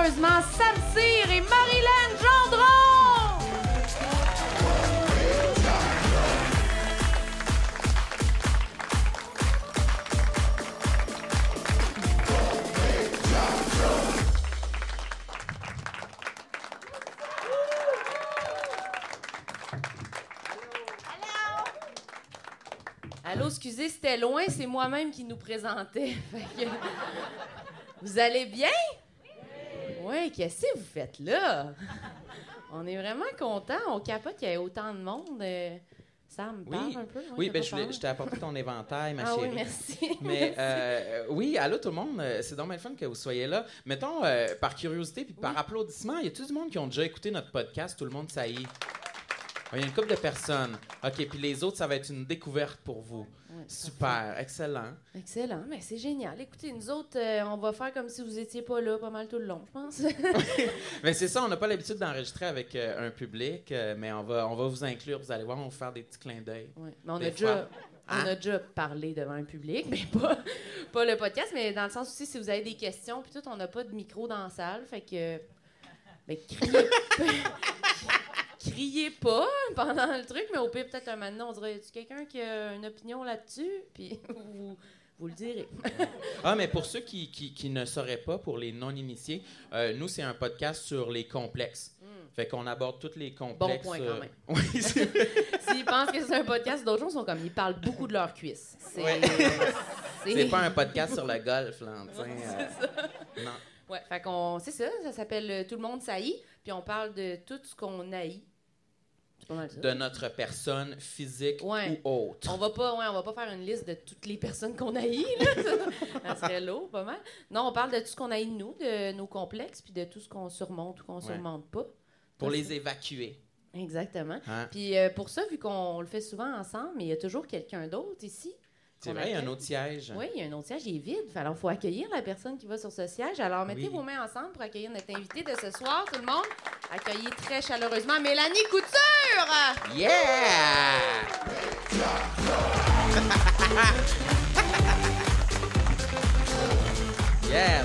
chaleureusement Sam Cyr et Marilyn Gendron! Allô, excusez, c'était loin, c'est moi-même qui nous présentais. Fait que... Vous allez bien? Oui, qu'est-ce que vous faites là? On est vraiment contents, on capote qu'il y ait autant de monde. Sam, parle un peu. Oui, ben je t'ai apporté ton éventail, ma chérie. Ah oui, merci. Mais oui, allô tout le monde, c'est donc bien le fun que vous soyez là. Mettons, par curiosité puis par applaudissement, y a-t-il du monde qui ont déjà écouté notre podcast? Tout le monde, ça y est. Il y a une couple de personnes. OK, puis les autres, ça va être une découverte pour vous. Ouais, super, excellent. Excellent, mais c'est génial. Écoutez, nous autres, on va faire comme si vous étiez pas là pas mal tout le long, je pense. Mais c'est ça, on n'a pas l'habitude d'enregistrer avec un public, mais on va vous inclure, vous allez voir, on va vous faire des petits clins d'œil. Ouais. Mais on a déjà parlé devant un public, mais pas le podcast, mais dans le sens aussi, si vous avez des questions, puis tout, on n'a pas de micro dans la salle, fait que... Ben, criez pas pendant le truc, mais au pire, peut-être un moment, on dirait, y a-tu quelqu'un qui a une opinion là-dessus? Puis vous le direz. Ah, mais pour ceux qui ne sauraient pas, pour les non-initiés, nous, c'est un podcast sur les complexes. Fait qu'on aborde tous les complexes. Bon point, quand même. Oui, S'ils pensent que c'est un podcast, d'autres choses sont comme, ils parlent beaucoup de leurs cuisses. C'est pas un podcast sur le golf, là, c'est ça. Non. Ouais, fait qu'on... C'est ça s'appelle « Tout le monde saillit », puis on parle de tout ce qu'on haït. De notre personne physique ou autre. On va pas faire une liste de toutes les personnes qu'on haït, là. Ça serait lourd, pas mal. Non, on parle de tout ce qu'on haït de nous, de nos complexes, puis de tout ce qu'on surmonte ou qu'on surmonte pas. Pour les évacuer. Exactement. Hein? Puis pour ça, vu qu'on le fait souvent ensemble, mais il y a toujours quelqu'un d'autre ici. C'est vrai, il y a un autre siège. Oui, il y a un autre siège, il est vide. Alors, il faut accueillir la personne qui va sur ce siège. Alors, mettez vos mains ensemble pour accueillir notre invitée de ce soir, tout le monde. Accueillez très chaleureusement Mélanie Couture! Yeah! Yes!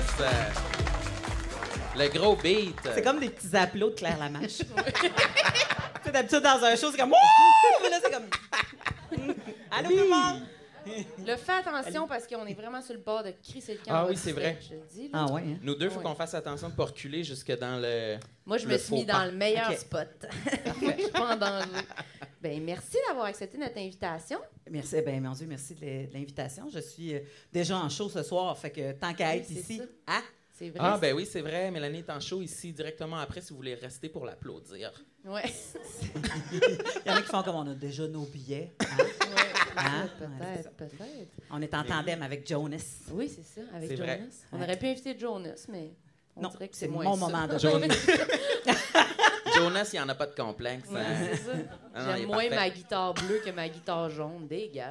Le gros beat. C'est comme des petits applaudissements de Claire Lamarche. Tu sais, d'habitude, dans un show, c'est comme... Wouh! Mais là, c'est comme... Allô, tout le monde? Là, fais attention parce qu'on est vraiment sur le bord de crisser le camp. Ah oui, c'est vrai. Je te dis, ah ouais. Nous deux, il faut qu'on fasse attention de ne pas reculer jusque dans le. Moi, je me suis mis dans le meilleur spot. Je suis pas en danger. Ben, merci d'avoir accepté notre invitation. Merci, mon Dieu, merci de l'invitation. Je suis déjà en show ce soir, fait que tant qu'à être ici. Ah, c'est vrai. Ah, ben oui, c'est vrai. Mélanie est en show ici directement après si vous voulez rester pour l'applaudir. Oui. Il y en a qui font comme on a déjà nos billets. Hein? Peut-être. On est en tandem avec Jonas. Oui, c'est ça, avec Jonas. Vrai. On aurait pu inviter Jonas, mais on dirait que c'est moins mon ça. moment de Jonas. Jonas, il n'y en a pas de complexe. Ouais, hein? c'est ça. J'aime moins ma guitare bleue que ma guitare jaune. Dégage.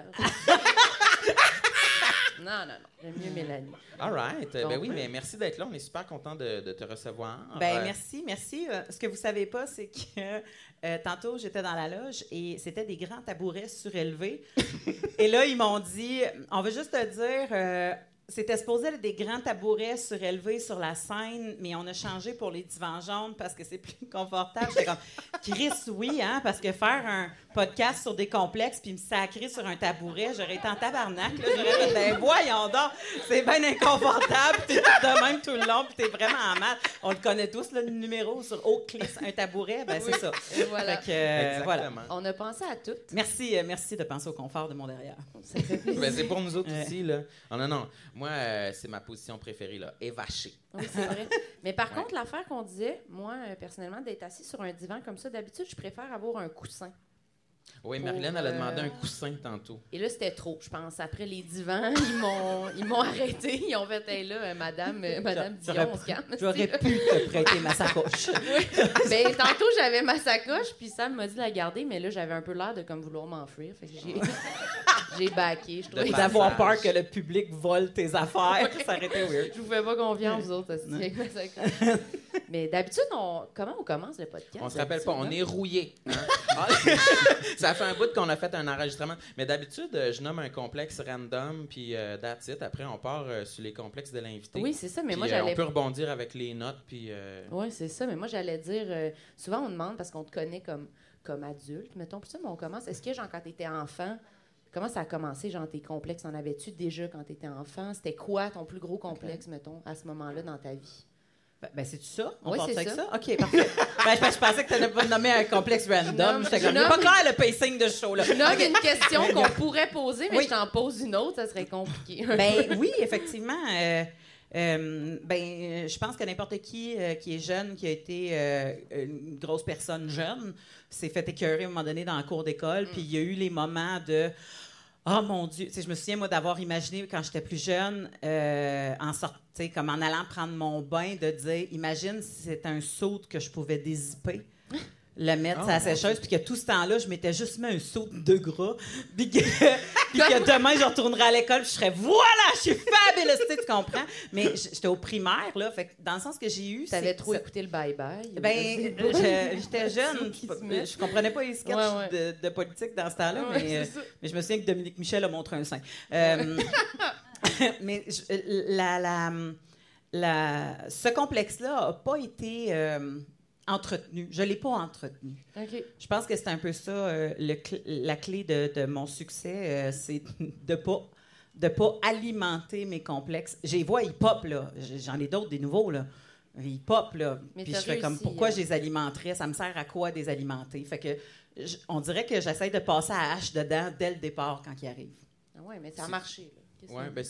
Non. J'aime mieux Mélanie. All right. Ben oui, mais merci d'être là. On est super contents de te recevoir. Merci. Ce que vous savez pas, c'est que tantôt, j'étais dans la loge et c'était des grands tabourets surélevés. Et là, ils m'ont dit, on veut juste te dire... c'était supposé être des grands tabourets surélevés sur la scène, mais on a changé pour les divans jaunes parce que c'est plus confortable. J'étais comme, Chris, oui, hein, parce que faire un podcast sur des complexes puis me sacrer sur un tabouret, j'aurais été en tabarnak. Là, j'aurais fait, voyons donc, c'est bien inconfortable, t'es tout de même tout le long, puis t'es vraiment en mal. On le connaît tous, là, le numéro sur Oakless, un tabouret, c'est ça. Et voilà. Exactement. Voilà. On a pensé à tout. Merci de penser au confort de mon derrière. Ça fait plaisir. Ben, c'est pour nous autres aussi, là. Oh, non. Moi, c'est ma position préférée, là. Évaché. Oui, c'est vrai. Mais par contre, l'affaire qu'on disait, moi, personnellement, d'être assis sur un divan comme ça, d'habitude, je préfère avoir un coussin. Oui, Marilyn, elle a demandé un coussin tantôt. Et là, c'était trop, je pense. Après les divans, ils m'ont arrêté. Ils ont fait, hey, là, madame Dion, on se calme. J'aurais pu te prêter ma sacoche. Oui. Ben, tantôt, j'avais ma sacoche, puis Sam m'a dit de la garder, mais là, j'avais un peu l'air de comme vouloir m'enfuir. Fait que j'ai backé. Je trouvais d'avoir peur que le public vole tes affaires. Ça aurait été weird. Je vous fais pas confiance, vous autres, avec ma sacoche. Mais d'habitude, comment on commence le podcast? On se rappelle pas, on hein? est rouillé. Hein? Ça fait un bout qu'on a fait un enregistrement. Mais d'habitude, je nomme un complexe random, puis that's it. Après, on part sur les complexes de l'invité. Oui, c'est ça, mais Puis, moi, j'allais... on peut rebondir avec les notes, puis... Oui, c'est ça, mais moi, j'allais dire... souvent, on demande, parce qu'on te connaît comme adulte, mettons, puis ça, mais on commence... Est-ce que, genre, quand t'étais enfant... Comment ça a commencé, genre, tes complexes? En avais-tu déjà quand t'étais enfant? C'était quoi ton plus gros complexe, mettons, à ce moment-là dans ta vie? Ben c'est ça? On Oui, part c'est avec ça. ça? OK, parfait. je pensais que tu n'allais pas nommer un complexe random. J'étais comme, je nomme- pas clair le pacing de ce show-là. Je nomme OK. une question qu'on pourrait poser, mais Oui. je t'en pose une autre, ça serait compliqué. Ben oui, effectivement. Je pense que n'importe qui est jeune, qui a été une grosse personne jeune, s'est fait écœurer à un moment donné dans la cour d'école, puis il y a eu les moments de... Oh mon Dieu! Tu sais, je me souviens, moi, d'avoir imaginé quand j'étais plus jeune, comme en allant prendre mon bain, de dire, imagine si c'était un saut que je pouvais dézipper, le mettre sur la sécheuse, puis que tout ce temps-là, je m'étais juste mis un saut de gras, puis que demain, je retournerai à l'école, puis je serais, voilà, je suis fabulous! Tu comprends? Mais j'étais au primaire, là, fait que dans le sens que j'ai eu... T'avais trop écouté le bye-bye? Ben, j'étais jeune, je comprenais pas les sketchs de politique dans ce temps-là, mais je me souviens que Dominique Michel a montré un sein. Mais ce complexe-là n'a pas été entretenu. Je ne l'ai pas entretenu. OK. Je pense que c'est un peu ça, la clé de mon succès, c'est de pas alimenter mes complexes. J'ai vois, ils pop, là. J'en ai d'autres, des nouveaux, là. Ils pop, là. Mais Puis t'as je fais comme, réussi, pourquoi hein? je les alimenterais? Ça me sert à quoi de les alimenter? Fait que on dirait que j'essaie de passer à hache dedans dès le départ quand ils arrivent. Ah ouais, mais ça a marché, là. Qu'est-ce Ouais, que- ben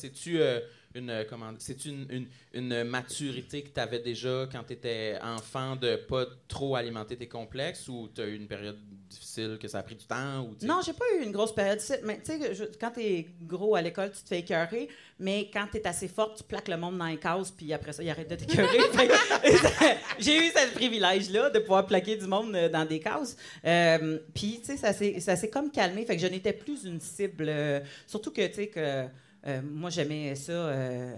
c'est-tu une maturité que tu avais déjà quand tu étais enfant de pas trop alimenter tes complexes ou tu as eu une période difficile que ça a pris du temps ou Non, j'ai pas eu une grosse période. Mais tu sais, quand t'es gros à l'école, tu te fais écœurer, mais quand t'es assez forte, tu plaques le monde dans les cases, puis après ça, il arrête de t'écœurer. J'ai eu ce privilège-là de pouvoir plaquer du monde dans des cases. Puis, tu sais, ça s'est comme calmé. Fait que je n'étais plus une cible. Surtout que, tu sais, que... moi, j'aimais ça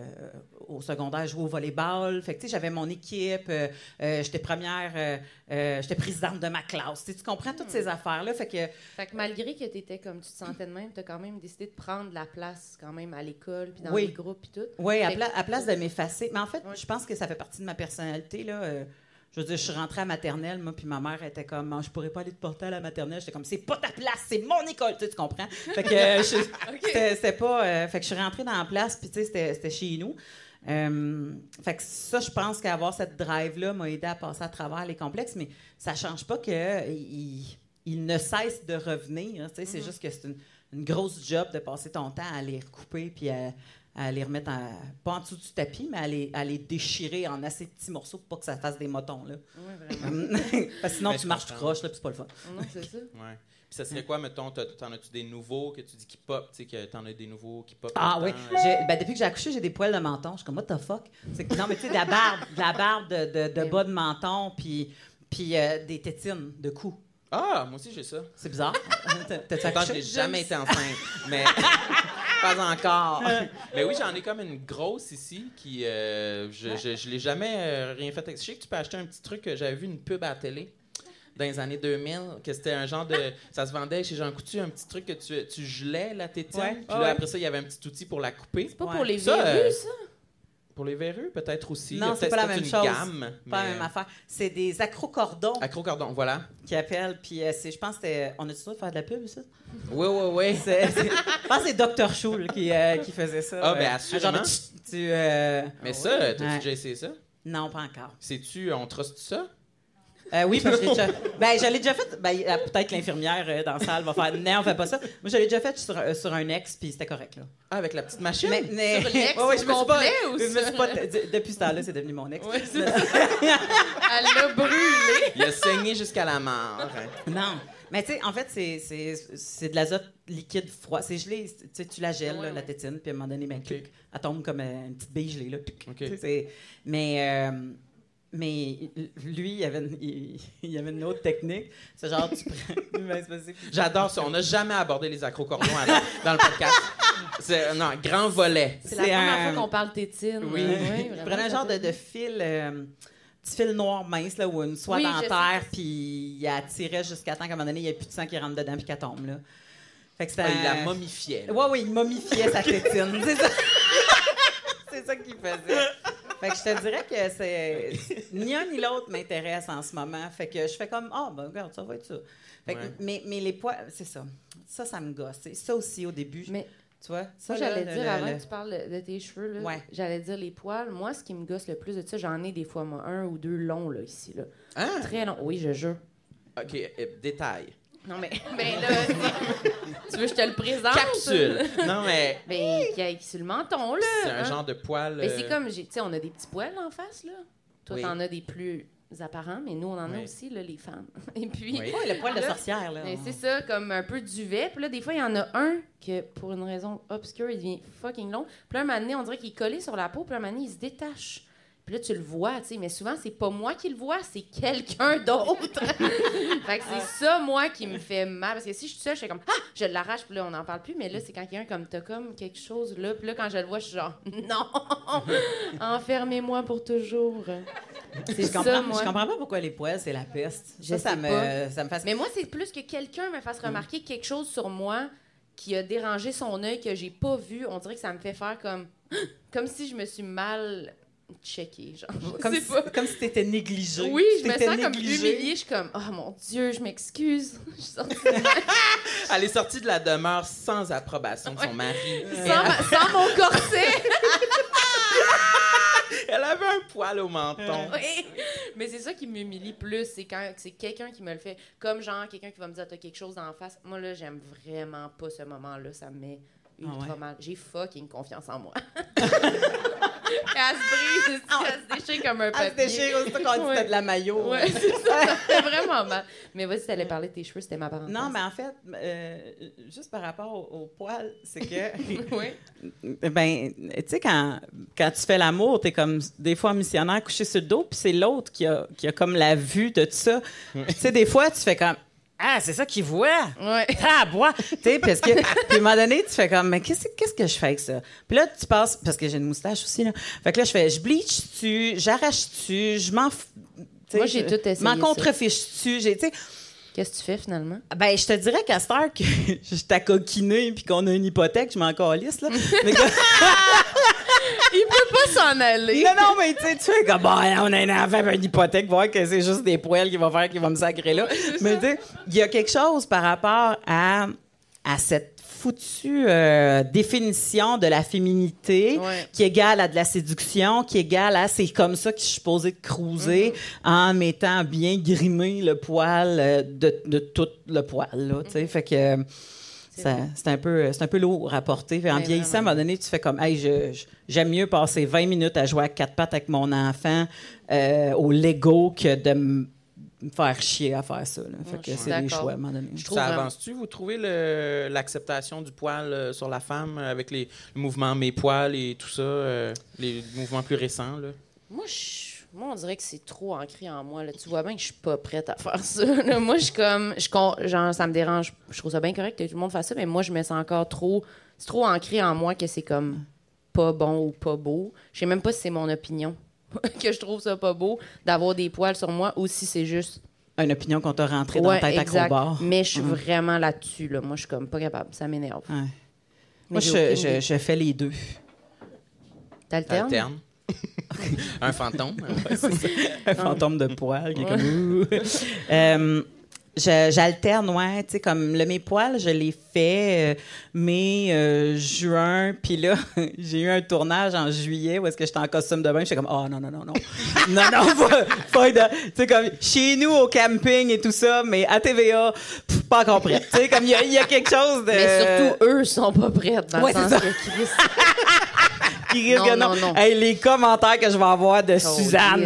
au secondaire, jouer au volleyball. Fait que, tu sais, j'avais mon équipe. J'étais première, j'étais présidente de ma classe. Tu comprends toutes ces affaires-là. Fait que malgré que t'étais comme tu te sentais de même, t'as quand même décidé de prendre la place quand même à l'école, puis dans Oui. les groupes, puis tout. oui, Fait que- à place de m'effacer. Mais en fait, Ouais. je pense que ça fait partie de ma personnalité, là. Je veux dire, je suis rentrée à la maternelle, moi, puis ma mère était comme, ah, je pourrais pas aller te porter à la maternelle. J'étais comme, c'est pas ta place, c'est mon école, tu comprends? Fait que c'était pas. Fait que je suis rentrée dans la place, puis tu sais, c'était chez nous. Fait que ça, je pense qu'avoir cette drive-là m'a aidé à passer à travers les complexes, mais ça change pas qu'il ne cesse de revenir. Tu sais, c'est juste que c'est une grosse job de passer ton temps à les recouper, puis à les remettre pas en dessous du tapis, mais à les déchirer en assez petits morceaux pour pas que ça fasse des motons, là. Ouais, vraiment. Parce que sinon, Mais tu je marches, tu comprends. croches, là, puis c'est pas le fun. Non, c'est ça. Ouais. Puis ça serait quoi, mettons, t'en as-tu des nouveaux que tu dis qui pop, tu sais, que t'en as des nouveaux qui pop? Ah tout le oui. temps? Depuis que j'ai accouché, j'ai des poils de menton. Je suis comme, what the fuck? Non, mais tu sais, de la barbe de bas de menton, puis des tétines de cou. Ah, moi aussi j'ai ça. C'est bizarre. T'as-tu Pourtant, je accouché? n'ai jamais été enceinte, mais pas encore. Mais oui, j'en ai comme une grosse ici qui, je l'ai jamais rien fait. Je sais que tu peux acheter un petit truc que j'avais vu une pub à la télé dans les années 2000, que c'était un genre de, ça se vendait chez Jean Coutu, un petit truc que tu gelais la tétine, Ouais. puis Ah là ouais. après ça il y avait un petit outil pour la couper. C'est pas Ouais. pour les Ça, verrues, ça? Pour les verrues, peut-être aussi. Non, Il y a c'est peut-être pas la toute même une chose. gamme, Pas la mais- même affaire. C'est des acrocordons Accrocordon, voilà. qui appellent, puis je pense que c'était... On a-tu le droit de faire de la pub, ça? Oui. Je pense que c'est Dr. Schul qui faisait ça. Ah, ben, Un assurément. genre de Mais ça, t'as-tu Ouais. déjà essayé ça? Non, pas encore. Sais-tu, on truste ça? Oui, parce que je l'ai déjà fait. Peut-être l'infirmière dans la salle va faire. Non, on fait pas ça. Moi, je l'ai déjà fait sur un ex, puis c'était correct, là. Ah, avec la petite machine? Sur l'ex Ouais, je me suis complet ou je me suis sur- pas. Depuis ce temps-là, c'est devenu mon ex. Ouais, c'est ça. Elle l'a brûlé. Il a saigné jusqu'à la mort. Non. Mais tu sais, en fait, c'est de l'azote liquide froid. C'est gelé. Tu sais, tu la gèles, Ouais, là, la ouais. tétine, puis à un moment donné, ben, Ok. clic, elle tombe comme une petite bille gelée, là. Clic. OK. Tu sais, mais lui, il y avait une autre technique. C'est genre, tu prends. Ben, c'est parce que- J'adore ça. On n'a jamais abordé les accrocordons dans le podcast. Non, grand volet. C'est la C'est première un- fois qu'on parle tétine. Oui. vraiment, Je prenais un genre ça de fil petit fil noir mince, là, ou une soie Oui, je dentaire, sais. puis il la tirait jusqu'à temps qu'à un moment donné, il n'y ait plus de sang qui rentre dedans puis qu'elle tombe, là. Fait que c'était Il la momifiait. là. Oui, il momifiait sa tétine. C'est ça. C'est ça qu'il faisait. Fait que je te dirais que c'est... Ni un ni l'autre m'intéresse en ce moment. Fait que je fais comme, regarde, ça va être ça. Fait que, Ouais. mais les poils, c'est ça. Ça me gosse. C'est ça aussi, au début. Mais tu vois? Ça, moi, j'allais là, dire, avant que tu parles de tes cheveux, là, Ouais. j'allais dire les poils. Moi, ce qui me gosse le plus de ça, j'en ai des fois, moi, 1 ou 2 longs, là, ici, là. Hein? Très longs. Oui, je jure. OK, détail. Non, mais ben là, tu veux que je te le présente? Capsule. Non, mais Ben, qui est sur le menton, là. c'est un hein. genre de poil... Mais c'est comme, tu sais, on a des petits poils en face, là. Toi, Oui. t'en as des plus apparents, mais nous, on en a Oui. aussi, là, les femmes. Et puis, Oui. Oui, le poil de Là, sorcière, là. ben, c'est ça, comme un peu duvet. Puis là, des fois, il y en a un que, pour une raison obscure, il devient fucking long. Puis là, un moment donné, on dirait qu'il est collé sur la peau. Puis là, un moment donné, il se détache. Puis là, tu le vois, tu sais. Mais souvent, c'est pas moi qui le vois, c'est quelqu'un d'autre. Fait que c'est ça, moi, qui me fait mal. Parce que si je suis seule, je fais comme, je l'arrache. Puis là, on n'en parle plus. Mais là, c'est quand quelqu'un comme, t'as comme quelque chose là. Puis là, quand je le vois, je suis genre, non, enfermez-moi pour toujours. C'est Je comprends, ça, moi. je comprends pas pourquoi les poils, c'est la peste. Je ça sais me, ça me fascine. Mais moi, c'est plus que quelqu'un me fasse remarquer quelque chose sur moi qui a dérangé son œil que j'ai pas vu. On dirait que ça me fait faire comme si je me suis mal checkée. Genre, Comme je sais si, pas. comme si t'étais négligée. Oui, je me T'étais sens comme négligée. humiliée. Je suis comme, oh mon Dieu, je m'excuse. Je suis sortie Elle est sortie de la demeure sans approbation de son mari. sans mon corset. Elle avait un poil au menton. Oui. Mais c'est ça qui m'humilie plus. C'est quand c'est quelqu'un qui me le fait. Comme genre, quelqu'un qui va me dire, t'as quelque chose d'en face. Moi, là, j'aime vraiment pas ce moment-là. Ça me met ultra mal. J'ai fucking confiance en moi. Elle se brise, elle se déchire comme un papier. Elle se déchire aussi quand tu as de la maillot. Ouais, c'est ça. Ça fait vraiment mal. Mais vas-y, t'allais parler de tes cheveux, c'était ma parenthèse. Non, mais en fait, juste par rapport au poil, c'est que... Oui. Ben, tu sais, quand tu fais l'amour, t'es comme des fois missionnaire couché sur le dos, puis c'est l'autre qui a comme la vue de tout ça. Puis tu sais, des fois, tu fais comme... Ah, c'est ça qu'il voit! Ouais. Ah, bois! Tu sais, parce que, puis à un moment donné, tu fais comme, mais qu'est-ce que je fais avec ça? Puis là, tu passes, parce que j'ai une moustache aussi, là. Fait que là, je bleach-tu, j'arrache-tu, je m'en. Moi, j'ai tout essayé. M'en contrefiche-tu, tu sais. Qu'est-ce que tu fais finalement? Ben, je te dirais qu'à cette heure que je t'ai coquiné puis qu'on a une hypothèque, je m'en calisse, là. Mais Il peut pas s'en aller. non, mais tu sais, tu fais comme, on a un enfant, une hypothèque, voir que c'est juste des poils qu'il va faire, qui va me sacrer là. Mais tu sais, il y a quelque chose par rapport à cette foutue définition de la féminité qui est égale à de la séduction, qui est égale à c'est comme ça que je suis supposée de cruiser en mettant bien grimé le poil de tout le poil, là, tu sais. Fait que... C'est un peu lourd à porter. En vieillissant, à un moment donné, tu fais comme, hey, j'aime mieux passer 20 minutes à jouer à 4 pattes avec mon enfant au Lego que de me faire chier à faire ça. Là. Fait que c'est des choix, à un moment donné. Ça avance-tu? Vous trouvez l'acceptation du poil sur la femme avec le mouvement Mes poils et tout ça, les mouvements plus récents? Là? Moi, on dirait que c'est trop ancré en moi. Là. Tu vois bien que je suis pas prête à faire ça. Là. Moi, je suis comme... genre, ça me dérange. Je trouve ça bien correct que tout le monde fasse ça, mais moi, je me sens encore trop... C'est trop ancré en moi que c'est comme pas bon ou pas beau. Je sais même pas si c'est mon opinion que je trouve ça pas beau d'avoir des poils sur moi ou si c'est juste... Une opinion qu'on t'a rentrée dans la tête exact. à crowbar. Mais je suis vraiment là-dessus. Là. Moi, je suis comme pas capable. Ça m'énerve. Ouais. Moi, je fais les deux. T'alternes? Un fantôme. Un fantôme de poil qui est comme... J'alterne, ouais. Tu sais, comme mes poils, je les fais mai, juin. Puis là, j'ai eu un tournage en juillet où est-ce que j'étais en costume de bain. J'étais comme, non. non, pas tu sais, comme chez nous au camping et tout ça, mais à TVA, pas encore prêt. Tu sais, comme il y a quelque chose de... Mais surtout, eux sont pas prêts dans le sens que Chris... Qui risque non. Hey, les commentaires que je vais avoir de Suzanne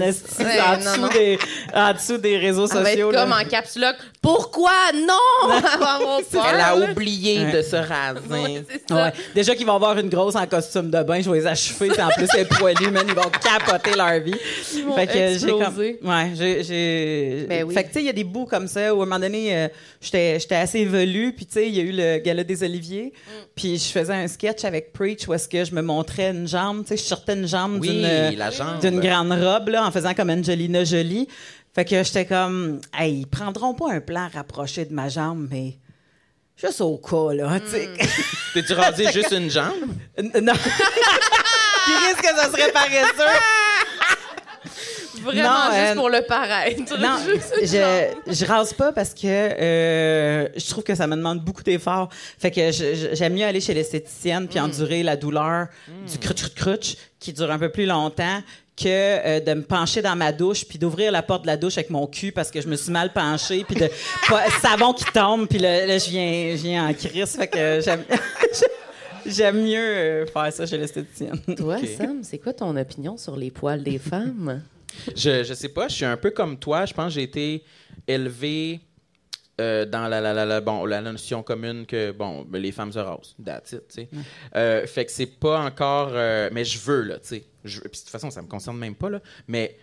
en dessous des réseaux sociaux. Elle va être là. comme en capsule. Pourquoi non? Elle a oublié de se raser. Ouais. Déjà qu'ils vont avoir une grosse en costume de bain, je vais les achever. En plus, c'est poilu, man, ils vont capoter leur vie. Ils vont exploser. Ben oui. Fait que tu sais, il y a des bouts comme ça où à un moment donné, j'étais assez évolue. Puis tu sais, il y a eu le Gala des Oliviers. Puis je faisais un sketch avec Preach où est-ce que je me montais montrais une jambe. Tu sais, je sortais une jambe Oui, la jambe. d'une grande robe, là, en faisant comme Angelina Jolie. Fait que j'étais comme, hey, ils prendront pas un plan rapproché de ma jambe, mais juste au cas, là, tu sais. T'es-tu rasé juste une jambe? Non. Qui risque que ça serait paresseux? Vraiment Non, juste pour le paraître. Non, Juste une jambe. je rase pas parce que je trouve que ça me demande beaucoup d'efforts. Fait que j'aime mieux aller chez l'esthéticienne puis endurer la douleur du crutch qui dure un peu plus longtemps que de me pencher dans ma douche puis d'ouvrir la porte de la douche avec mon cul parce que je me suis mal penchée puis de savon qui tombe puis là je viens en crise. Fait que j'aime mieux faire ça chez l'esthéticienne. Toi, Ok. Sam, c'est quoi ton opinion sur les poils des femmes? Je sais pas, je suis un peu comme toi. Je pense que j'ai été élevé dans la notion commune que, bon, les femmes se rasent. That's it, tu sais. Fait que c'est pas encore... mais je veux, là, tu sais. Puis de toute façon, ça me concerne même pas, là. Mais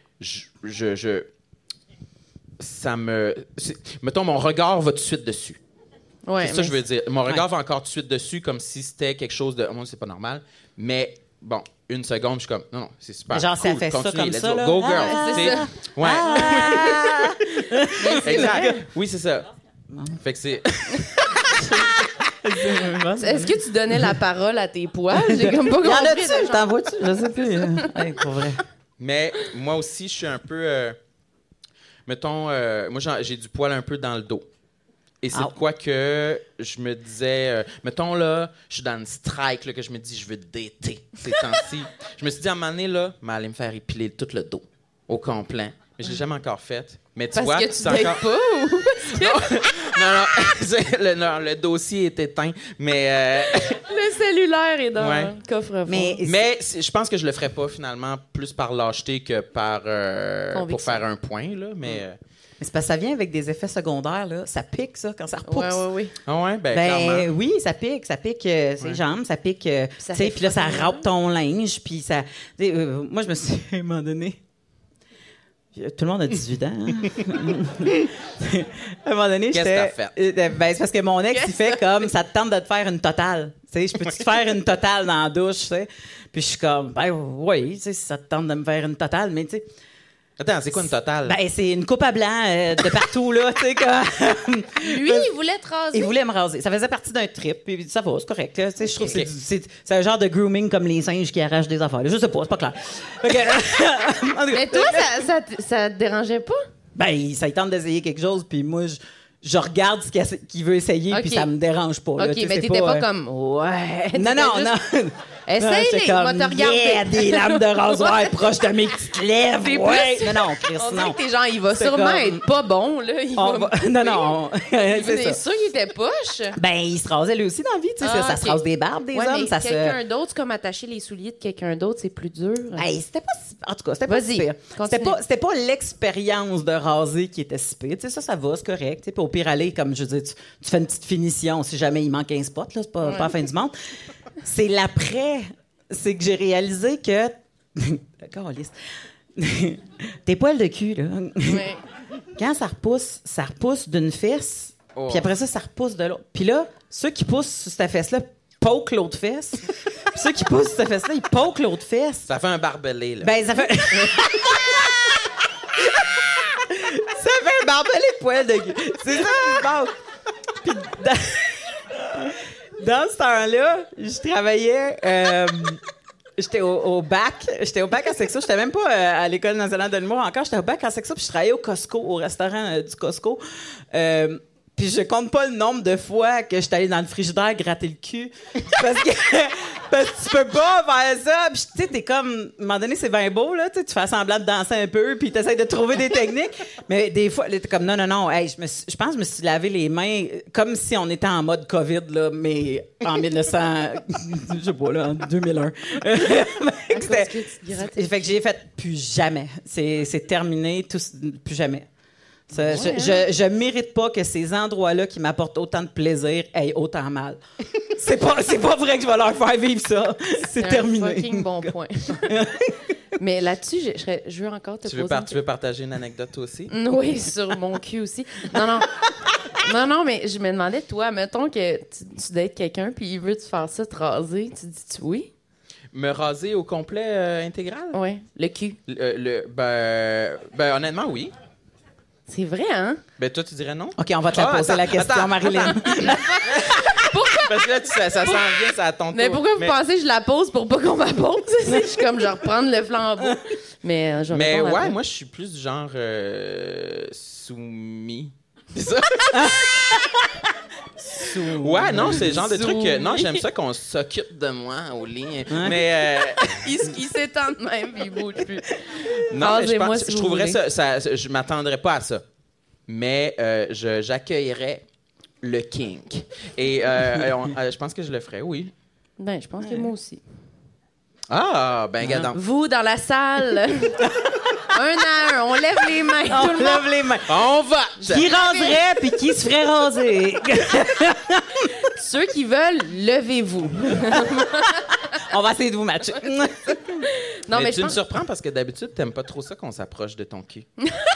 ça me... Mettons, mon regard va tout de suite dessus. Ouais, C'est ça que je veux dire. Mon regard va encore tout de suite dessus comme si c'était quelque chose de... Moi, c'est pas normal. Mais... Bon, une seconde, je suis comme, non, c'est super. Genre, ça cool, fait ça continue, comme let's ça, go. là. Go, girl. Ah, tu c'est sais. ça. Ouais. Exact. Oui, c'est ça. Fait que c'est. Est-ce que tu donnais la parole à tes poils? J'ai comme pas Il y en compris. a-tu? de genre. T'en vois-tu? Je sais plus. Hey, pour vrai. Mais moi aussi, je suis un peu. Mettons, moi, j'ai du poil un peu dans le dos. Et c'est de quoi que je me disais, mettons là, je suis dans une strike là, que je me dis, je veux dater ces temps-ci. Je me suis dit à un moment donné, là, aller me faire épiler tout le dos au complet. Mais je l'ai jamais encore fait. Mais tu Parce vois, que tu c'est dates encore... pas ou parce que non, le dossier est éteint. Mais, le cellulaire est dans Ouais. le coffre-fort? Mais je pense que je le ferais pas finalement, plus par lâcheté que par pour Conviction. faire un point. Là, mais, c'est parce que ça vient avec des effets secondaires, là. Ça pique, ça, quand ça repousse. Oui. Ah ouais, ben, Ben clairement. oui, ça pique ses jambes, ça pique, Ça tu sais, fait puis là, ça froid. râpe ton linge, puis ça... tu sais, moi, je me suis, à un moment donné... Tout le monde a 18 ans. Hein? À un moment donné, Qu'est-ce j'étais... que t'as fait? Ben, c'est parce que mon ex, il fait comme, ça te tente de te faire une totale. Tu sais, je peux-tu te faire une totale dans la douche, tu sais? Puis je suis comme, ben oui, tu sais, si ça te tente de me faire une totale, mais tu sais... Attends, c'est quoi une totale? Ben, c'est une coupe à blanc de partout, là, tu sais, comme... Lui, il voulait te raser. Il voulait me raser. Ça faisait partie d'un trip, puis ça va, c'est correct. Là. Tu sais, je trouve Ok. que c'est un genre de grooming comme les singes qui arrachent des affaires. là. Je sais pas, c'est pas clair. Fait que- en tout cas, Mais toi, ça te dérangeait pas? ben, ça lui tente d'essayer quelque chose, puis moi, je regarde ce qu'il veut essayer, Ok. puis ça me dérange pas. là. OK, Tu sais, mais c'est t'étais pas euh, comme... Ouais. Non, non, T'étais juste, non. Essaye-les, j'étais moi, comme, te regarder. yeah, des lames de rasoir proches de mes petites lèvres. T'es Ouais. plus- Non, Chris, On dirait non. que t'es genre, il va C'est sûrement comme- être pas bon, là. Il On va va- Non, non. C'est C'est ça. sûr qu'il était poche. Ben, il se rasait lui aussi dans la vie, tu sais. Ah, Ça se ok. rase des barbes des Ouais, hommes. mais Ça se... quelqu'un d'autre, c'est comme attacher les souliers de quelqu'un d'autre, c'est plus dur. Hey, c'était pas si... En tout cas, c'était pas Vas-y, si pire. continue. C'était pas l'expérience de raser qui était si pire. Tu sais, ça va, c'est correct. Tu sais, puis au pire, aller, comme je veux dire, tu fais une petite finition si jamais il manque un spot, là, c'est pas la fin du monde. C'est l'après, c'est que j'ai réalisé que... Caliste. Tes poils de cul, là, Ouais. quand ça repousse d'une fesse, Oh. puis après ça repousse de l'autre. Puis là, ceux qui poussent sur cette fesse-là poquent l'autre fesse. Puis ceux qui poussent sur cette fesse-là, ils poquent l'autre fesse. Ça fait un barbelé, là. Ben, ça fait... ça fait un barbelé de poils de cul. C'est ça qui se passe. Puis dans ce temps-là, je travaillais... j'étais au bac. J'étais au bac en sexo. J'étais même pas à l'École nationale de l'humour encore. J'étais au bac en sexo, puis je travaillais au Costco, au restaurant du Costco. Puis je compte pas le nombre de fois que j'étais allée dans le frigidaire gratter le cul. Parce que tu peux pas faire ça. Puis tu sais, t'es comme... À un moment donné, c'est bien beau, là. Tu fais semblant de danser un peu, puis t'essayes de trouver des techniques. Mais des fois, là, t'es comme, non. Hey, je pense que je me suis lavé les mains comme si on était en mode COVID, là, mais en 1900... je sais pas, là, en 2001. Parce que tu te grattais. Fait que j'ai fait plus jamais. C'est terminé, plus jamais. Ça, Ouais, je mérite pas que ces endroits-là qui m'apportent autant de plaisir aient autant mal. C'est pas vrai que je vais leur faire vivre ça. C'est terminé. Un fucking bon point. Mais là-dessus, je veux encore te Tu veux, poser... tu veux partager une anecdote toi aussi? Oui, sur mon cul aussi. Non, mais je me demandais, toi, mettons que tu dates quelqu'un puis il veut te faire ça, te raser, tu dis-tu oui? Me raser au complet intégral? Oui, le cul. Ben, honnêtement, oui. C'est vrai, hein? Ben, toi, tu dirais non? OK, on va te la poser, la question, Marilyn. Parce que là, ça s'en vient, ça a ton tour. Mais pourquoi vous pensez que je la pose pour pas qu'on me pose? Je suis comme, je vais reprendre le flambeau. Mais ouais, moi, je suis plus du genre soumis. C'est ça? Ouais, non, c'est le genre de truc. Non, j'aime ça qu'on s'occupe de moi au lit. Mais. Il s'étend de même, puis il bouge plus. Non, mais je trouverais ça. Je m'attendrais pas à ça. Mais j'accueillerais le kink. Et je pense que je le ferais, oui. Ben, je pense que moi aussi. Ah, ben, gadon. Vous, dans la salle, un à un, on lève les mains. On lève les mains. On va! Qui raserait puis qui se ferait raser? Ceux qui veulent, levez-vous. On va essayer de vous matcher. Non, mais tu me surprends parce que d'habitude, t'aimes pas trop ça qu'on s'approche de ton cul.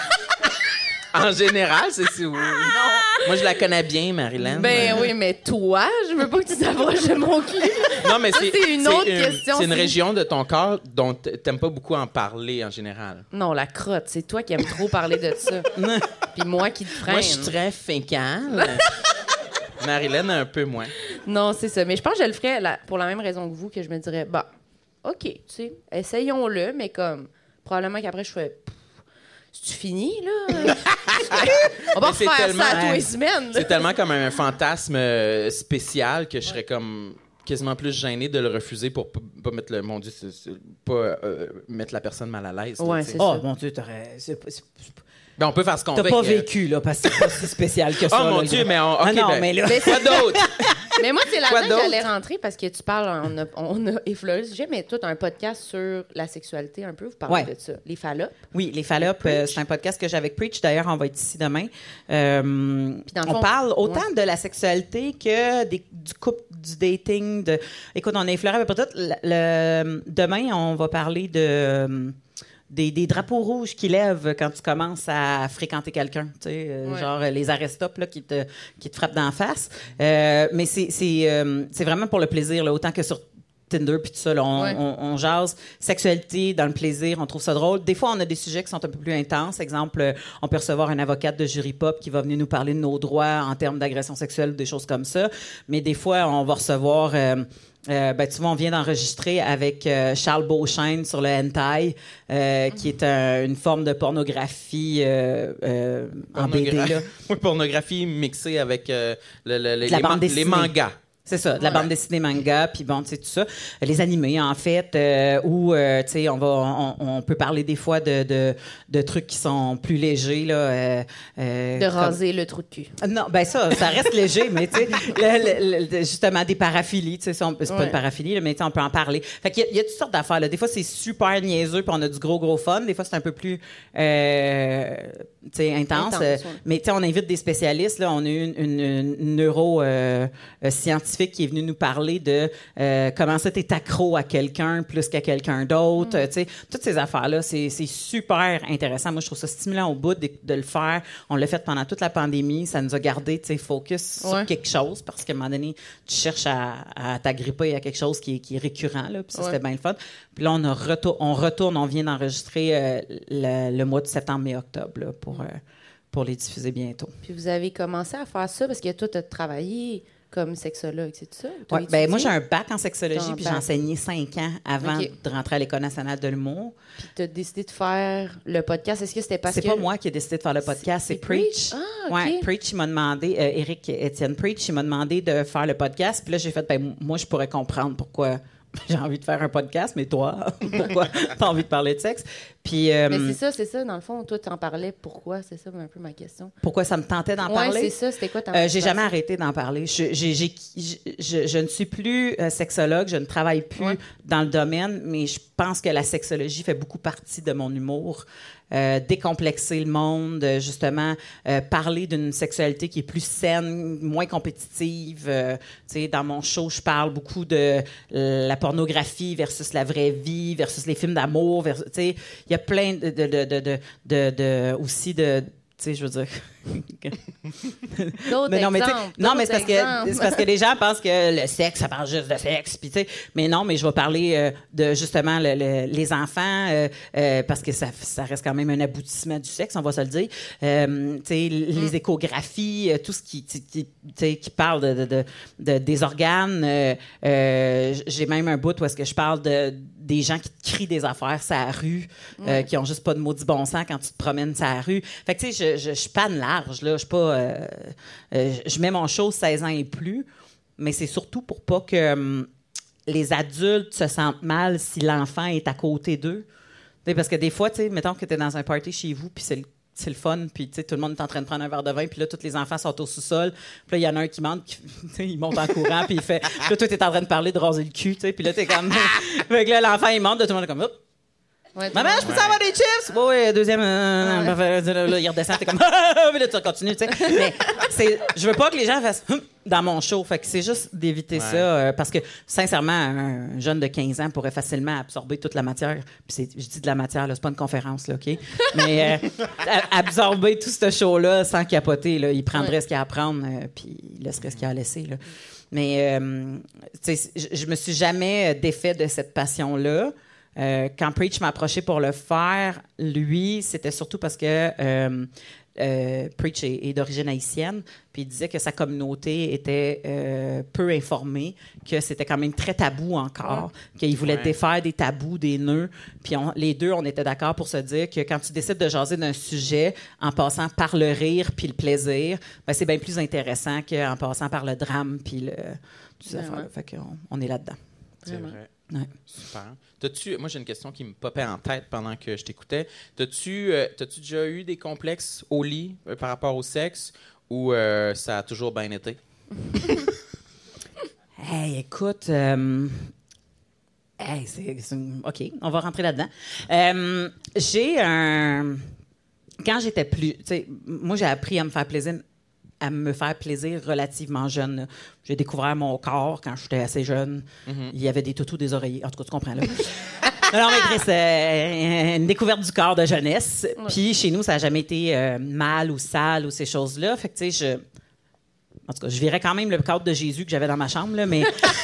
En général, c'est si oui. Non. Moi, je la connais bien, Marilyn. Ben oui, mais toi, je veux pas que tu t'approches de mon cul. Non, mais c'est une autre question. C'est une région de ton corps dont t'aimes pas beaucoup en parler en général. Non, la crotte, c'est toi qui aimes trop parler de ça. Puis moi qui te freine. Moi, je suis très fécale. Marilyn, un peu moins. Non, c'est ça. Mais je pense que je le ferais pour la même raison que vous, que je me dirais, bah, OK, tu sais, essayons-le, mais comme, probablement qu'après, je fais... C'est-tu fini, là? On va refaire ça à tous les semaines. C'est tellement comme un fantasme spécial que je serais comme quasiment plus gêné de le refuser pour pas mettre le... Mon Dieu, pas mettre la personne mal à l'aise. Ouais, c'est oh, ça. Mon Dieu, t'aurais... Ben, on peut faire ce qu'on veut. T'as pas vécu, là, parce que c'est pas si spécial que ça. Oh, mon Dieu, mais on... OK, non, ben, mais là... quoi d'autre? Mais moi, c'est là-dedans que j'allais rentrer parce que tu parles, on a effleuré le sujet, mais toi, tu as un podcast sur la sexualité un peu, vous parlez de ça. Les fallops. Oui, les fallops, c'est un podcast que j'ai avec Preach. D'ailleurs, on va être ici demain. On parle autant de la sexualité que du couple, du dating. Écoute, on a effleuré à peu près tout. Demain, on va parler des drapeaux rouges qui lèvent quand tu commences à fréquenter quelqu'un, tu sais, genre les arrêt-stop là, qui te frappent d'en face. Mais c'est vraiment pour le plaisir, là, autant que sur Tinder puis tout ça, là, on jase sexualité dans le plaisir, on trouve ça drôle. Des fois, on a des sujets qui sont un peu plus intenses. Exemple, on peut recevoir une avocate de jury pop qui va venir nous parler de nos droits en termes d'agression sexuelle ou des choses comme ça. Mais des fois, on va recevoir... tu vois, on vient d'enregistrer avec Charles Beauchesne sur le hentai, qui est une forme de pornographie en BD. Là. Oui, pornographie mixée avec les mangas. C'est ça, de la bande dessinée manga, puis bon, tu sais, tout ça. Les animés, en fait, où, tu sais, on peut parler des fois de trucs qui sont plus légers, là. De raser le trou de cul. Non, ben ça reste léger, mais tu sais, justement, des paraphilies, tu sais, c'est pas une paraphilie, là, mais tu sais, on peut en parler. Fait qu'il y a toutes sortes d'affaires, là. Des fois, c'est super niaiseux, puis on a du gros fun. Des fois, c'est un peu plus, tu sais, intense. Mais tu sais, on invite des spécialistes, là. On a eu une neuro-scientifique qui est venue nous parler de comment ça t'es accro à quelqu'un plus qu'à quelqu'un d'autre. Tu sais, toutes ces affaires-là, c'est super intéressant. Moi, je trouve ça stimulant au bout de le faire. On l'a fait pendant toute la pandémie. Ça nous a gardé, tu sais, focus sur quelque chose parce qu'à un moment donné, tu cherches à t'agripper à quelque chose qui est récurrent. Là, puis ça, c'était bien le fun. Puis là, on vient d'enregistrer le mois de septembre, mai, octobre là, pour les diffuser bientôt. Puis vous avez commencé à faire ça parce que toi, tu as travaillé comme sexologue, c'est tout ça? Oui, ben moi, j'ai un bac en sexologie, puis j'ai enseigné 5 ans avant de rentrer à l'École nationale de l'humour. Puis tu as décidé de faire le podcast. Est-ce que c'était parce que... C'est pas moi qui ai décidé de faire le podcast, c'est Preach. Ah, OK. Ouais, Preach, il m'a demandé, Éric Étienne Preach, il m'a demandé de faire le podcast. Puis là, j'ai fait, ben moi, je pourrais comprendre pourquoi j'ai envie de faire un podcast, mais toi, pourquoi t'as envie de parler de sexe? Puis, mais c'est ça, dans le fond, toi, t'en parlais, pourquoi? C'est ça un peu ma question. Pourquoi ça me tentait d'en parler? Oui, c'est ça, c'était quoi ta J'ai jamais arrêté d'en parler. Je ne suis plus sexologue, je ne travaille plus dans le domaine, mais je pense que la sexologie fait beaucoup partie de mon humour. Décomplexer le monde, justement, parler d'une sexualité qui est plus saine, moins compétitive. Dans mon show, je parle beaucoup de la pornographie versus la vraie vie, versus les films d'amour. Il y a plein aussi de... Tu sais, je veux dire... D'autres mais non, mais, exemples, non, mais d'autres c'est parce que les gens pensent que le sexe, ça parle juste de sexe. Puis, mais non, mais je vais parler de justement les enfants parce que ça reste quand même un aboutissement du sexe, on va se le dire. Les échographies, tout ce qui parle des organes. J'ai même un bout où est-ce que je parle des gens qui te crient des affaires sur la rue, qui ont juste pas de maudit bon sens quand tu te promènes sur la rue. Fait que, tu sais, je panne large, là. Je suis pas... je mets mon show 16 ans et plus, mais c'est surtout pour pas que les adultes se sentent mal si l'enfant est à côté d'eux. T'sais, parce que des fois, tu sais, mettons que tu es dans un party chez vous, puis c'est le fun, puis tout le monde est en train de prendre un verre de vin, puis là, tous les enfants sont au sous-sol, puis là, il y en a un qui monte, il monte en courant, puis il fait... Puis là, toi, t'es en train de parler de raser le cul, tu sais, puis là, t'es comme... Fait que là, l'enfant, il monte, tout le monde est comme... Hop. Ouais, Maman, je peux avoir des chips? Oui, deuxième. Là, il redescend, t'es comme. Mais là, tu continues, tu sais. Mais je veux pas que les gens fassent dans mon show. Fait que c'est juste d'éviter ça. Parce que, sincèrement, un jeune de 15 ans pourrait facilement absorber toute la matière. Puis je dis de la matière, là, c'est pas une conférence, là, OK? Mais absorber tout ce show-là sans capoter, là, il prendrait ce qu'il y a à prendre, puis il laisserait ce qu'il y a à laisser, là. Mais, tu sais, je me suis jamais défait de cette passion-là. Quand Preach m'a approché pour le faire, lui, c'était surtout parce que Preach est d'origine haïtienne, puis il disait que sa communauté était peu informée, que c'était quand même très tabou encore, qu'il voulait défaire des tabous, des nœuds. Puis les deux, on était d'accord pour se dire que quand tu décides de jaser d'un sujet en passant par le rire puis le plaisir, ben, c'est bien plus intéressant qu'en passant par le drame puis tout ça. Fait qu'on est là-dedans. C'est vrai. Ouais. Super. Moi, j'ai une question qui me popait en tête pendant que je t'écoutais. T'as-tu déjà eu des complexes au lit par rapport au sexe ou ça a toujours bien été? Hey, écoute... OK, on va rentrer là-dedans. J'ai un... Quand j'étais plus... Moi, j'ai appris à me faire plaisir relativement jeune. Là. J'ai découvert mon corps quand j'étais assez jeune. Mm-hmm. Il y avait des toutous, des oreillers. En tout cas, tu comprends, là. Non, mais Chris, c'est une découverte du corps de jeunesse. Ouais. Puis chez nous, ça n'a jamais été mal ou sale ou ces choses-là. Fait que, tu sais, en tout cas, je virais quand même le cadre de Jésus que j'avais dans ma chambre, là, mais...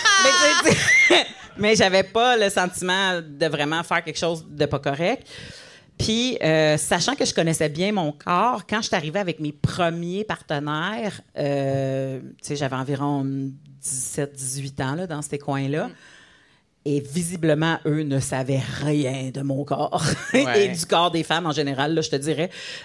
mais j'avais pas le sentiment de vraiment faire quelque chose de pas correct. Puis, sachant que je connaissais bien mon corps, quand je suis arrivée avec mes premiers partenaires, tu sais, j'avais environ 17-18 ans là, dans ces coins-là, et visiblement, eux ne savaient rien de mon corps et du corps des femmes en général, là, je te dirais.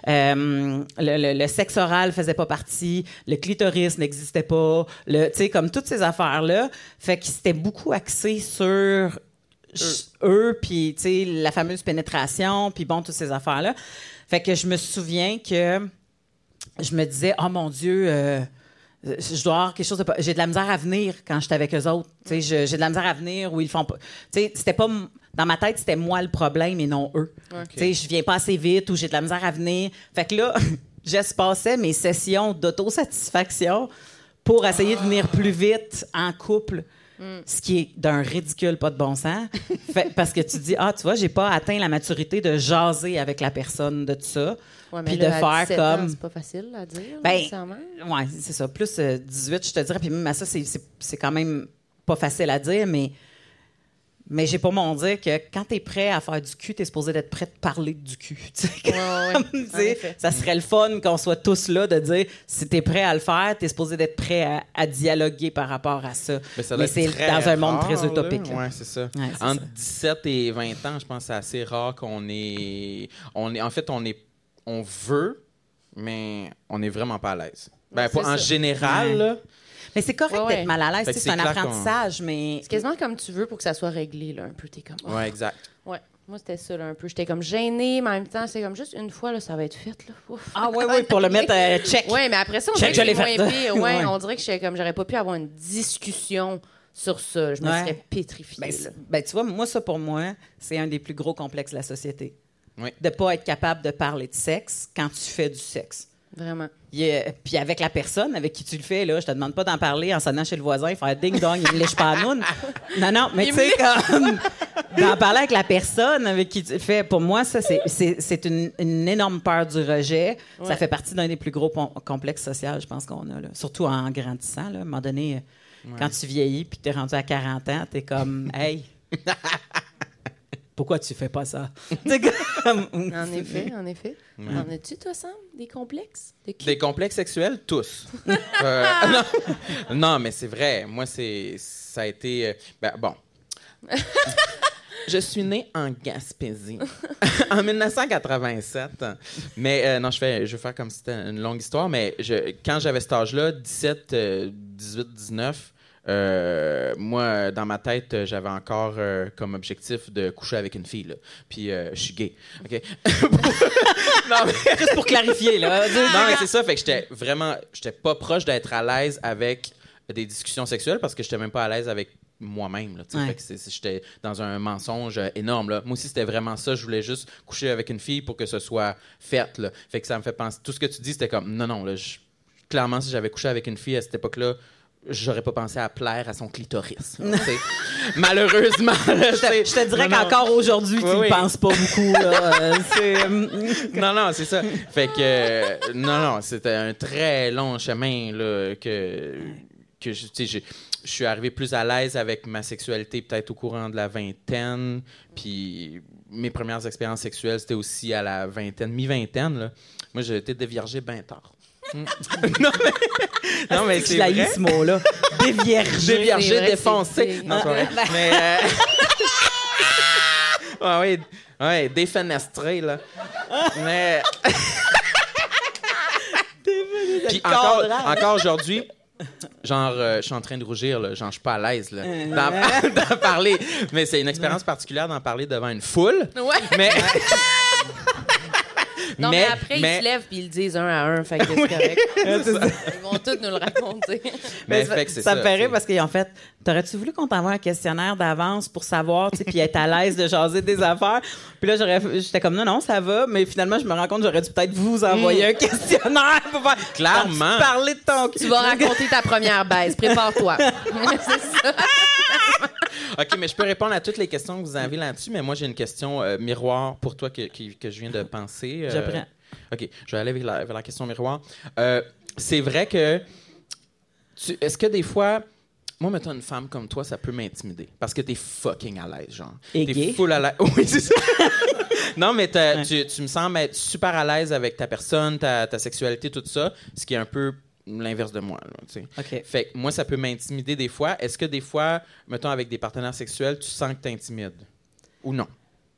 Le sexe oral faisait pas partie, le clitoris n'existait pas, tu sais, comme toutes ces affaires-là. Fait que c'était beaucoup axé sur... eux, puis, tu sais, la fameuse pénétration, puis bon, toutes ces affaires-là. Fait que je me souviens que je me disais, oh mon Dieu, je dois avoir quelque chose de... J'ai de la misère à venir quand j'étais avec eux autres. Tu sais, j'ai de la misère à venir où ils font pas... Tu sais, c'était pas... Dans ma tête, c'était moi le problème et non eux. Okay. Tu sais, je viens pas assez vite ou j'ai de la misère à venir. Fait que là, j'espaçais mes sessions d'autosatisfaction pour essayer de venir plus vite en couple. Ce qui est d'un ridicule pas de bon sens. Parce que tu dis, tu vois, j'ai pas atteint la maturité de jaser avec la personne de tout ça. Ouais, puis de faire comme. C'est pas facile à dire, nécessairement. Oui, c'est ça. Plus 18, je te dirais. Puis même à ça, c'est quand même pas facile à dire, mais j'ai pas mon dire que quand t'es prêt à faire du cul, t'es supposé d'être prêt de parler du cul. Ça serait le fun qu'on soit tous là de dire si t'es prêt à le faire, t'es supposé d'être prêt à dialoguer par rapport à ça. Mais c'est dans un monde très utopique. Oui, c'est ça. Ouais, entre 17 et 20 ans, je pense que c'est assez rare qu'on est... En fait, on veut, mais on n'est vraiment pas à l'aise. En général, là... Mais c'est correct d'être mal à l'aise, c'est un apprentissage, mais... C'est quasiment comme tu veux pour que ça soit réglé, là, un peu. T'es comme... Ouais, exact. Ouais, moi, c'était ça, là, un peu. J'étais comme gênée, mais en même temps, c'est comme juste une fois, là, ça va être fait, là. Ouf. Ah oui, pour le mettre check. Oui, mais après ça, on dirait que c'est moins pire. Ouais, on dirait que j'aurais pas pu avoir une discussion sur ça. Je me serais pétrifiée. Tu vois, moi, ça, pour moi, c'est un des plus gros complexes de la société. Oui. De pas être capable de parler de sexe quand tu fais du sexe. Vraiment. Puis avec la personne avec qui tu le fais, là, je te demande pas d'en parler en sonnant chez le voisin, faire ding-dong, il me lèche pas à noun. Non, mais tu sais, comme d'en parler avec la personne avec qui tu le fais, pour moi, ça, c'est une énorme peur du rejet. Ouais. Ça fait partie d'un des plus gros complexes sociaux, je pense, qu'on a, là. Surtout en grandissant, là. À un moment donné, quand tu vieillis puis que t'es rendu à 40 ans, t'es comme, hey... Pourquoi tu fais pas ça? En effet. Ouais. En as-tu, toi, Sam, des complexes? Des complexes sexuels? Tous. Non, mais c'est vrai. Moi, ça a été... bon. Je suis né en Gaspésie en 1987. Mais non, je vais faire comme si c'était une longue histoire, mais quand j'avais cet âge-là, 17, 18, 19... moi, dans ma tête, j'avais encore comme objectif de coucher avec une fille, là. Puis je suis gay. OK? Non, mais... Juste pour clarifier, là. Non, mais c'est ça. Fait que j'étais pas proche d'être à l'aise avec des discussions sexuelles parce que j'étais même pas à l'aise avec moi-même, là. Ouais. Fait que j'étais dans un mensonge énorme, là. Moi aussi, c'était vraiment ça. Je voulais juste coucher avec une fille pour que ce soit fait, là. Fait que ça me fait penser... Tout ce que tu dis, c'était comme... Non, là, clairement, si j'avais couché avec une fille à cette époque-là, j'aurais pas pensé à plaire à son clitoris. Malheureusement. Je te dirais qu'encore aujourd'hui, tu ne penses pas beaucoup. Là. Non, c'est ça. Fait que, non, c'était un très long chemin là, que je suis arrivé plus à l'aise avec ma sexualité peut-être au courant de la vingtaine. Puis mes premières expériences sexuelles, c'était aussi à la vingtaine, mi-vingtaine. Là. Moi, j'ai été déviergé bien tard. non, mais c'est vrai. Ce mot-là. Déviergé, défoncé. Non, c'est vrai. Mais... oui, défenestré, là. Mais... Puis encore aujourd'hui... Genre, je suis en train de rougir, là. Genre, je suis pas à l'aise, là, d'en parler. Mais c'est une expérience particulière d'en parler devant une foule. Ouais. Mais... Non, mais après, ils se lèvent puis ils le disent un à un. Fait que c'est correct. Ils vont tous nous le raconter. Mais ça me fait rire parce qu'en fait, t'aurais-tu voulu qu'on t'envoie un questionnaire d'avance pour savoir, tu sais, puis être à l'aise de jaser des affaires? Puis là, j'étais comme, non, ça va. Mais finalement, je me rends compte que j'aurais dû peut-être vous envoyer un questionnaire pour faire... Clairement. Parler de ton... Tu vas raconter ta première baisse. Prépare-toi. C'est ça. OK, mais je peux répondre à toutes les questions que vous avez là-dessus, mais moi, j'ai une question miroir pour toi que je viens de penser. Je prends. OK, je vais aller vers la question miroir. C'est vrai que... Est-ce que des fois... Moi, mettons une femme comme toi, ça peut m'intimider. Parce que t'es fucking à l'aise, genre. Et t'es gay. Full à l'aise. Oui, c'est ça. Non, mais tu me sembles être super à l'aise avec ta personne, ta sexualité, tout ça, ce qui est un peu... l'inverse de moi. Là, okay. Fait que moi, ça peut m'intimider des fois. Est-ce que des fois, mettons, avec des partenaires sexuels, tu sens que t'intimides? Ou non?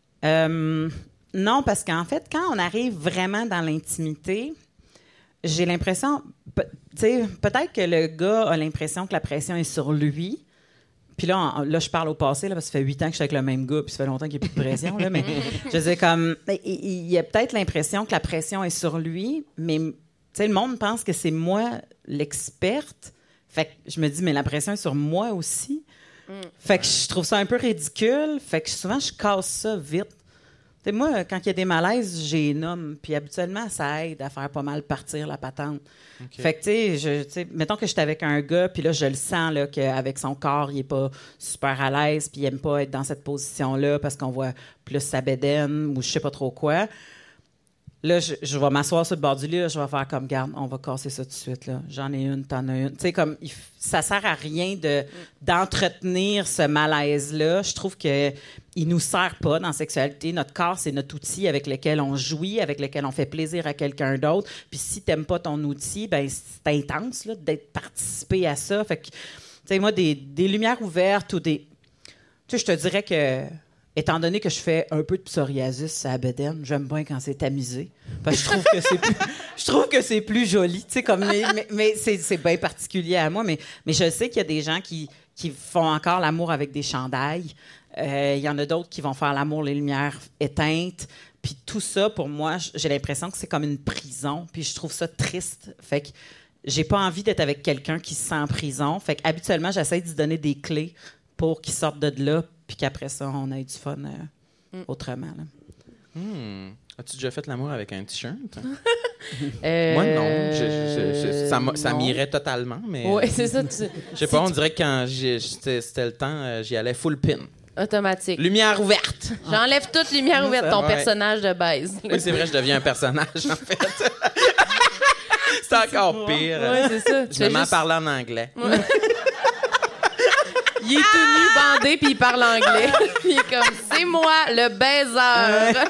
Non, parce qu'en fait, quand on arrive vraiment dans l'intimité, j'ai l'impression... peut-être que le gars a l'impression que la pression est sur lui. Puis là, je parle au passé, là, parce que ça fait 8 ans que je suis avec le même gars, puis ça fait longtemps qu'il n'y a plus de pression. Là, mais je veux dire, comme... Il y a peut-être l'impression que la pression est sur lui, mais... Tu sais, le monde pense que c'est moi l'experte. Fait que je me dis, mais la pression est sur moi aussi. Fait que je trouve ça un peu ridicule. Fait que souvent, je casse ça vite. Tu sais, moi, quand il y a des malaises, j'ai nomme. Puis habituellement, ça aide à faire pas mal partir la patente. Okay. Fait que, tu sais, mettons que j'étais avec un gars, puis là, je le sens là, qu'avec son corps, il est pas super à l'aise, puis il aime pas être dans cette position-là parce qu'on voit plus sa bédaine ou je sais pas trop quoi. Là, je vais m'asseoir sur le bord du lit, là, je vais faire comme, garde, on va casser ça tout de suite. Là. J'en ai une, t'en as une. Tu sais, comme, ça sert à rien d'entretenir ce malaise-là. Je trouve qu'il nous sert pas dans la sexualité. Notre corps, c'est notre outil avec lequel on jouit, avec lequel on fait plaisir à quelqu'un d'autre. Puis si t'aimes pas ton outil, ben c'est intense là, d'être participé à ça. Fait que, tu sais, moi, des lumières ouvertes ou des... Tu sais, je te dirais que... Étant donné que je fais un peu de psoriasis à la bedaine, j'aime bien quand c'est tamisé. Parce que je trouve que c'est plus joli. Tu sais, comme, mais c'est bien particulier à moi. Mais je sais qu'il y a des gens qui font encore l'amour avec des chandails. Il y en a d'autres qui vont faire l'amour les lumières éteintes. Puis tout ça, pour moi, j'ai l'impression que c'est comme une prison. Puis je trouve ça triste. Fait que j'ai pas envie d'être avec quelqu'un qui se sent en prison. Fait qu'habituellement, j'essaie de lui donner des clés pour qu'il sorte de là. Puis qu'après ça, on ait du fun autrement. Là. As-tu déjà fait l'amour avec un T-shirt? Euh, Moi, non. Ça non. m'irait totalement, mais... Oui, c'est ça. Je sais pas, on dirait que quand c'était le temps, j'y allais full pin. Automatique. Lumière ouverte! J'enlève toute lumière ouverte, ton Ouais. personnage de baise. Oui, c'est vrai, je deviens un personnage, en fait. C'est encore pire. Oui, c'est ça. Je me mets à parler en anglais. Il est tout nu, bandé, puis il parle anglais. Il est comme, c'est moi, le baiser.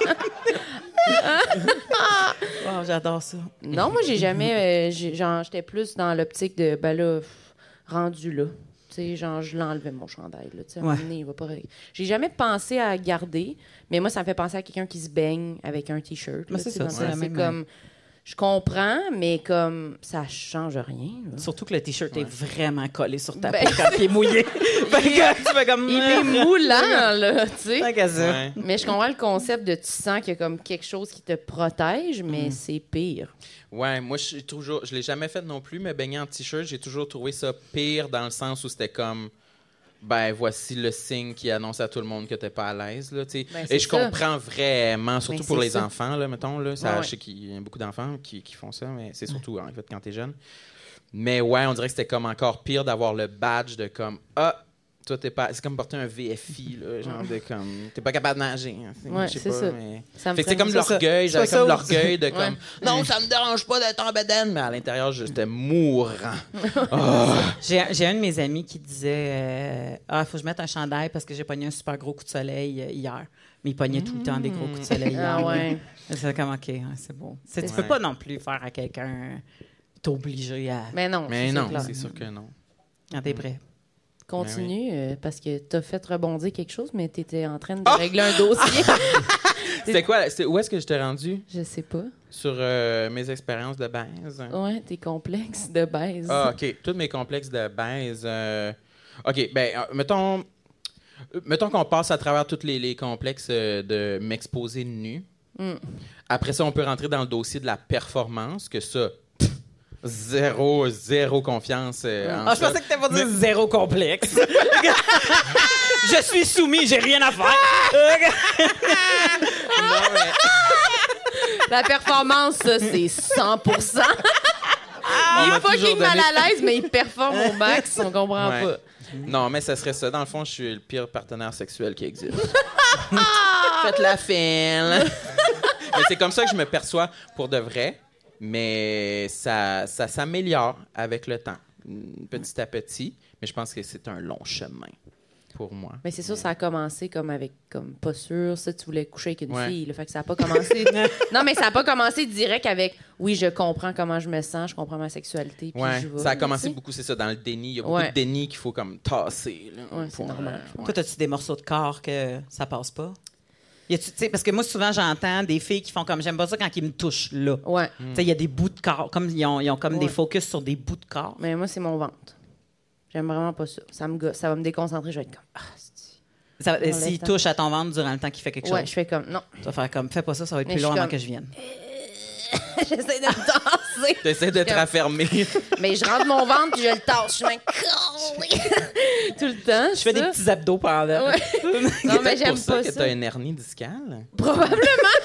Oh, j'adore ça. Non, moi, j'ai jamais... genre, j'étais plus dans l'optique de, ben là, rendu là. Tu sais, genre, je l'enlevais, mon chandail, là. Tu sais, à un moment donné, il va pas... J'ai jamais pensé à garder, mais moi, ça me fait penser à quelqu'un qui se baigne avec un T-shirt. Mais là, c'est tu sais, ça, dans c'est le la sens, même- comme... Je comprends, mais comme, ça change rien. Là. Surtout que le T-shirt est vraiment collé sur ta Ben, peau quand il est mouillé. Fait que tu fais comme... Il est moulant, là, tu sais. Tant qu'à ça. Ouais. Mais je comprends le concept de tu sens qu'il y a comme quelque chose qui te protège, mais c'est pire. Ouais, moi, je l'ai jamais fait non plus, mais baigner en T-shirt, j'ai toujours trouvé ça pire dans le sens où c'était comme... Ben, voici le signe qui annonce à tout le monde que t'es pas à l'aise, là, tu sais. Ben, c'est Et je ça. comprends vraiment, surtout Ben, pour c'est les ça. enfants, là, mettons, là. Ça, Ouais, ouais. Je sais qu'il y a beaucoup d'enfants qui font ça, mais c'est surtout, en fait, quand t'es jeune. Mais ouais, on dirait que c'était comme encore pire d'avoir le badge de comme, ah, toi, t'es pas... C'est comme porter un VFI, là, genre de comme... T'es pas capable de nager. Hein, Ouais, je sais c'est pas, ça. mais... Ça me Fait que c'est ferait- comme C'est ça. l'orgueil, j'avais C'est comme ça l'orgueil de Ouais. comme non, ça me dérange pas d'être en bedaine, mais à l'intérieur, j'étais mourant. J'ai un de mes amis qui disait il faut que je mette un chandail parce que j'ai pogné un super gros coup de soleil hier. Mais il pognait tout le temps des gros coups de soleil hier. Ah ouais. C'est comme, OK, ouais, c'est beau. Tu Ouais. peux pas non plus faire à quelqu'un t'obliger à... Mais non, Mais c'est non, clair. c'est sûr que non. Quand t'es prêt. Continue, parce que t'as fait rebondir quelque chose, mais t'étais en train de régler un dossier. C'était quoi? Où est-ce que je t'ai rendu? Je sais pas. Sur mes expériences de baise. Ouais, tes complexes de baise. Ah, OK. Tous mes complexes de baise. OK, ben, mettons qu'on passe à travers tous les complexes de m'exposer nu. Mm. Après ça, on peut rentrer dans le dossier de la performance, que ça, zéro confiance en Ah, je ça. pensais que t'avais pas dit zéro complexe. Je suis soumis, j'ai rien à faire. Non, mais- La performance, ça, c'est 100%. On Il m'a est fucking toujours mal donné- à l'aise, mais il performe au max, on comprend Ouais. pas. Non, mais ça serait ça. Dans le fond, je suis le pire partenaire sexuel qui existe. Faites la file. Mais c'est comme ça que je me perçois pour de vrai. Mais ça s'améliore avec le temps, petit à petit. Mais je pense que c'est un long chemin pour moi. Mais c'est sûr, ça a commencé comme avec, comme pas sûr, ça, tu voulais coucher avec une Ouais. fille. Le fait que ça a pas commencé. Non, mais ça a pas commencé direct avec, oui, je comprends comment je me sens, je comprends ma sexualité. Puis Ouais, je vais, ça a commencé tu sais. beaucoup, c'est ça, dans le déni. Il y a beaucoup Ouais. de déni qu'il faut comme tasser. Là, Ouais, c'est pour, normal. ouais. Toi, as-tu des morceaux de corps que ça passe pas? Y a-tu, tu sais, parce que moi, souvent, j'entends des filles qui font comme j'aime pas ça quand ils me touchent là. Ouais. Tu sais, il y a des bouts de corps, comme ils ont comme des Ouais. focus sur des bouts de corps. Mais moi, c'est mon ventre. J'aime vraiment pas ça. Ça me gosse, ça va me déconcentrer. Je vais être comme, ah, c'est- Ça, On s'ils laisse touchent à ton ventre durant le temps qu'il fait quelque Ouais, chose, je fais comme, non. tu vas faire comme fais pas ça, ça va être Mais plus je long suis avant comme- que je vienne. J'essaie de me tasser. T'essaies de te Comme- raffermer. Mais je rentre mon ventre puis je le tasse. Je me colle. Tout le temps. Je fais des petits abdos pendant. Ouais. Non, mais C'est j'aime pour ça pas que ça. t'as une hernie discale. Probablement.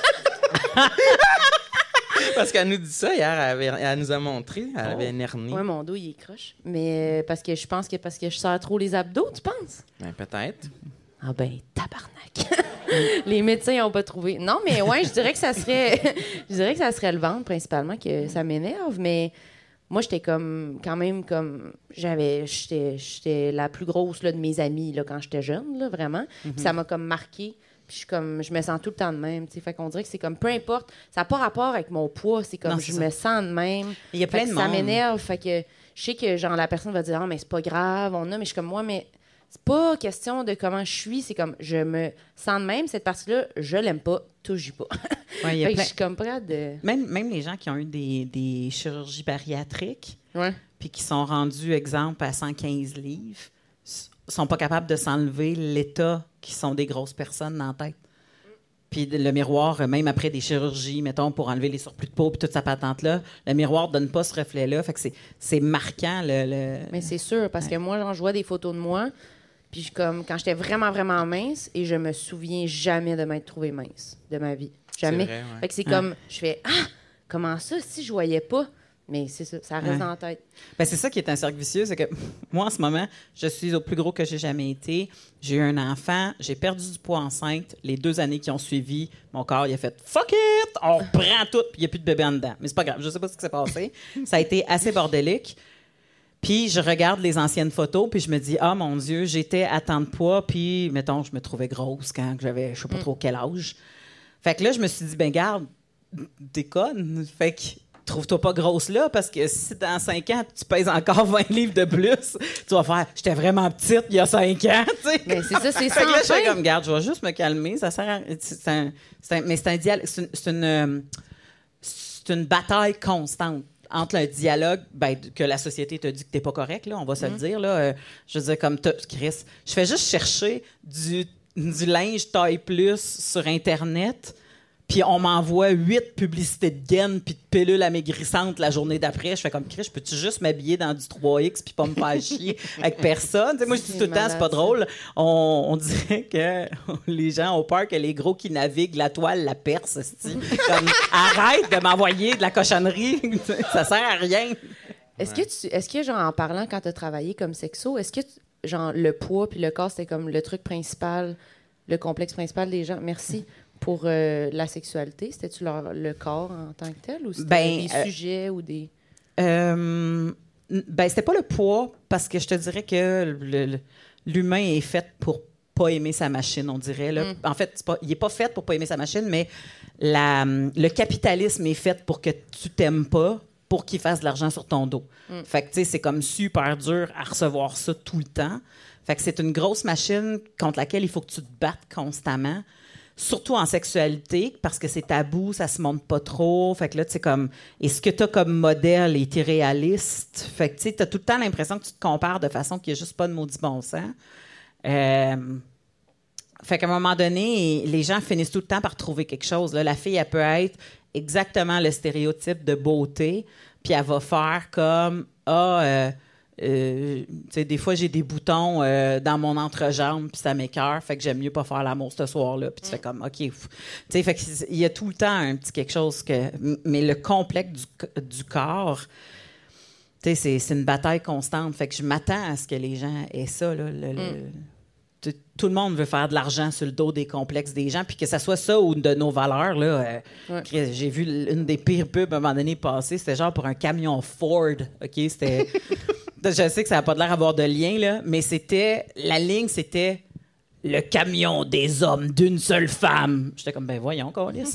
Parce qu'elle nous dit ça hier, elle nous a montré, elle avait une hernie. Ouais, mon dos, il est croche. Mais parce que je pense que parce que je serre trop les abdos, tu penses? Ben, peut-être. Ah ben, tabarnak. Les médecins n'ont pas trouvé. Non, mais ouais, je dirais que ça serait je dirais que ça serait le ventre principalement que ça m'énerve, mais moi j'étais comme quand même comme j'étais la plus grosse là, de mes amies là, quand j'étais jeune là, vraiment. Puis ça m'a comme marqué. Puis je me sens tout le temps de même, tu sais. Fait qu'on dirait que c'est comme peu importe, ça n'a pas rapport avec mon poids, c'est comme Non, je c'est ça. me sens de même. Il y a Fait plein que de ça monde. m'énerve, fait que je sais que genre la personne va dire ah mais c'est pas grave, on a, mais je suis comme moi mais c'est pas question de comment je suis, c'est comme je me sens de même cette partie-là, je l'aime pas, touche pas. Ouais, il y a Fait que plein- je suis comme prête de même les gens qui ont eu des chirurgies bariatriques ouais. puis qui sont rendus, exemple, à 115 livres, sont pas capables de s'enlever l'état qui sont des grosses personnes dans la tête. Puis le miroir, même après des chirurgies, mettons, pour enlever les surplus de peau puis toute sa patente-là, le miroir donne pas ce reflet-là. Fait que c'est marquant. Mais c'est sûr parce que moi genre, je vois des photos de moi puis comme quand j'étais vraiment vraiment mince et je me souviens jamais de m'être trouvée mince de ma vie. Jamais. C'est vrai, ouais. Fait que c'est comme, je fais, comment ça, si je voyais pas? Mais c'est ça reste dans la tête. Ben, c'est ça qui est un cercle vicieux, c'est que moi, en ce moment, je suis au plus gros que j'ai jamais été. J'ai eu un enfant, j'ai perdu du poids enceinte. Les 2 années qui ont suivi, mon corps, il a fait « fuck it! On reprend tout! » Puis il n'y a plus de bébé en dedans. Mais c'est pas grave, je sais pas ce qui s'est passé. Ça a été assez bordélique. Puis je regarde les anciennes photos, puis je me dis « Ah, mon Dieu, j'étais à tant de poids, puis, mettons, je me trouvais grosse quand j'avais, je sais pas trop quel âge. » Fait que là, je me suis dit « Ben, garde, déconne. » Fait que trouve-toi pas grosse là, parce que si dans 5 ans, tu pèses encore 20 livres de plus, tu vas faire « J'étais vraiment petite il y a 5 ans. » Mais c'est ça, c'est Fait que là, je sans suis fin. comme, garde, je vais juste me calmer. Ça sert à... mais c'est un dialogue. C'est une bataille constante entre le dialogue que la société te dit que t'es pas correct, là, on va se le dire. Là, je veux dire, comme Chris, je fais juste chercher du linge taille plus sur Internet, puis on m'envoie 8 publicités de gaines puis de pilules amaigrissantes la journée d'après. Je fais comme, Chris, je peux-tu juste m'habiller dans du 3X puis pas me faire chier avec personne? T'sais, moi, je dis tout le temps, c'est pas drôle. On dirait que les gens ont peur que les gros qui naviguent la toile la percent. Comme, arrête de m'envoyer de la cochonnerie. Ça sert à rien. Est-ce que genre, en parlant quand tu as travaillé comme sexo, est-ce que, genre, le poids puis le corps, c'était comme le truc principal, le complexe principal des gens? Merci. Pour la sexualité, c'était-tu le corps en tant que tel ou c'était des sujets ou des... C'était pas le poids, parce que je te dirais que l'humain est fait pour pas aimer sa machine, on dirait. Là. En fait, il est pas fait pour pas aimer sa machine, mais le capitalisme est fait pour que tu t'aimes pas, pour qu'il fasse de l'argent sur ton dos. Fait que, tu sais, c'est comme super dur à recevoir ça tout le temps. Fait que c'est une grosse machine contre laquelle il faut que tu te battes constamment. Surtout en sexualité, parce que c'est tabou, ça se montre pas trop. Fait que là, tu sais, comme, est-ce que t'as comme modèle est irréaliste? Fait que, tu sais, t'as tout le temps l'impression que tu te compares de façon qu'il n'y a juste pas de maudit bon sens. Fait qu'à un moment donné, les gens finissent tout le temps par trouver quelque chose. Là, la fille, elle peut être exactement le stéréotype de beauté, puis elle va faire comme, tu sais, des fois, j'ai des boutons dans mon entrejambe, puis ça m'écoeure, fait que j'aime mieux pas faire l'amour ce soir-là. Puis tu fais comme, OK. Tu sais, fait qu'il y a tout le temps un petit quelque chose que... Mais le complexe du corps, tu sais, c'est une bataille constante. Fait que je m'attends à ce que les gens aient ça, là. Tout le monde veut faire de l'argent sur le dos des complexes des gens, puis que ça soit ça ou de nos valeurs, là. J'ai vu une des pires pubs à un moment donné passer, c'était genre pour un camion Ford, OK? C'était... Je sais que ça n'a pas l'air d'avoir de lien, là, mais la ligne, c'était le camion des hommes d'une seule femme. J'étais comme, ben voyons, câlisse.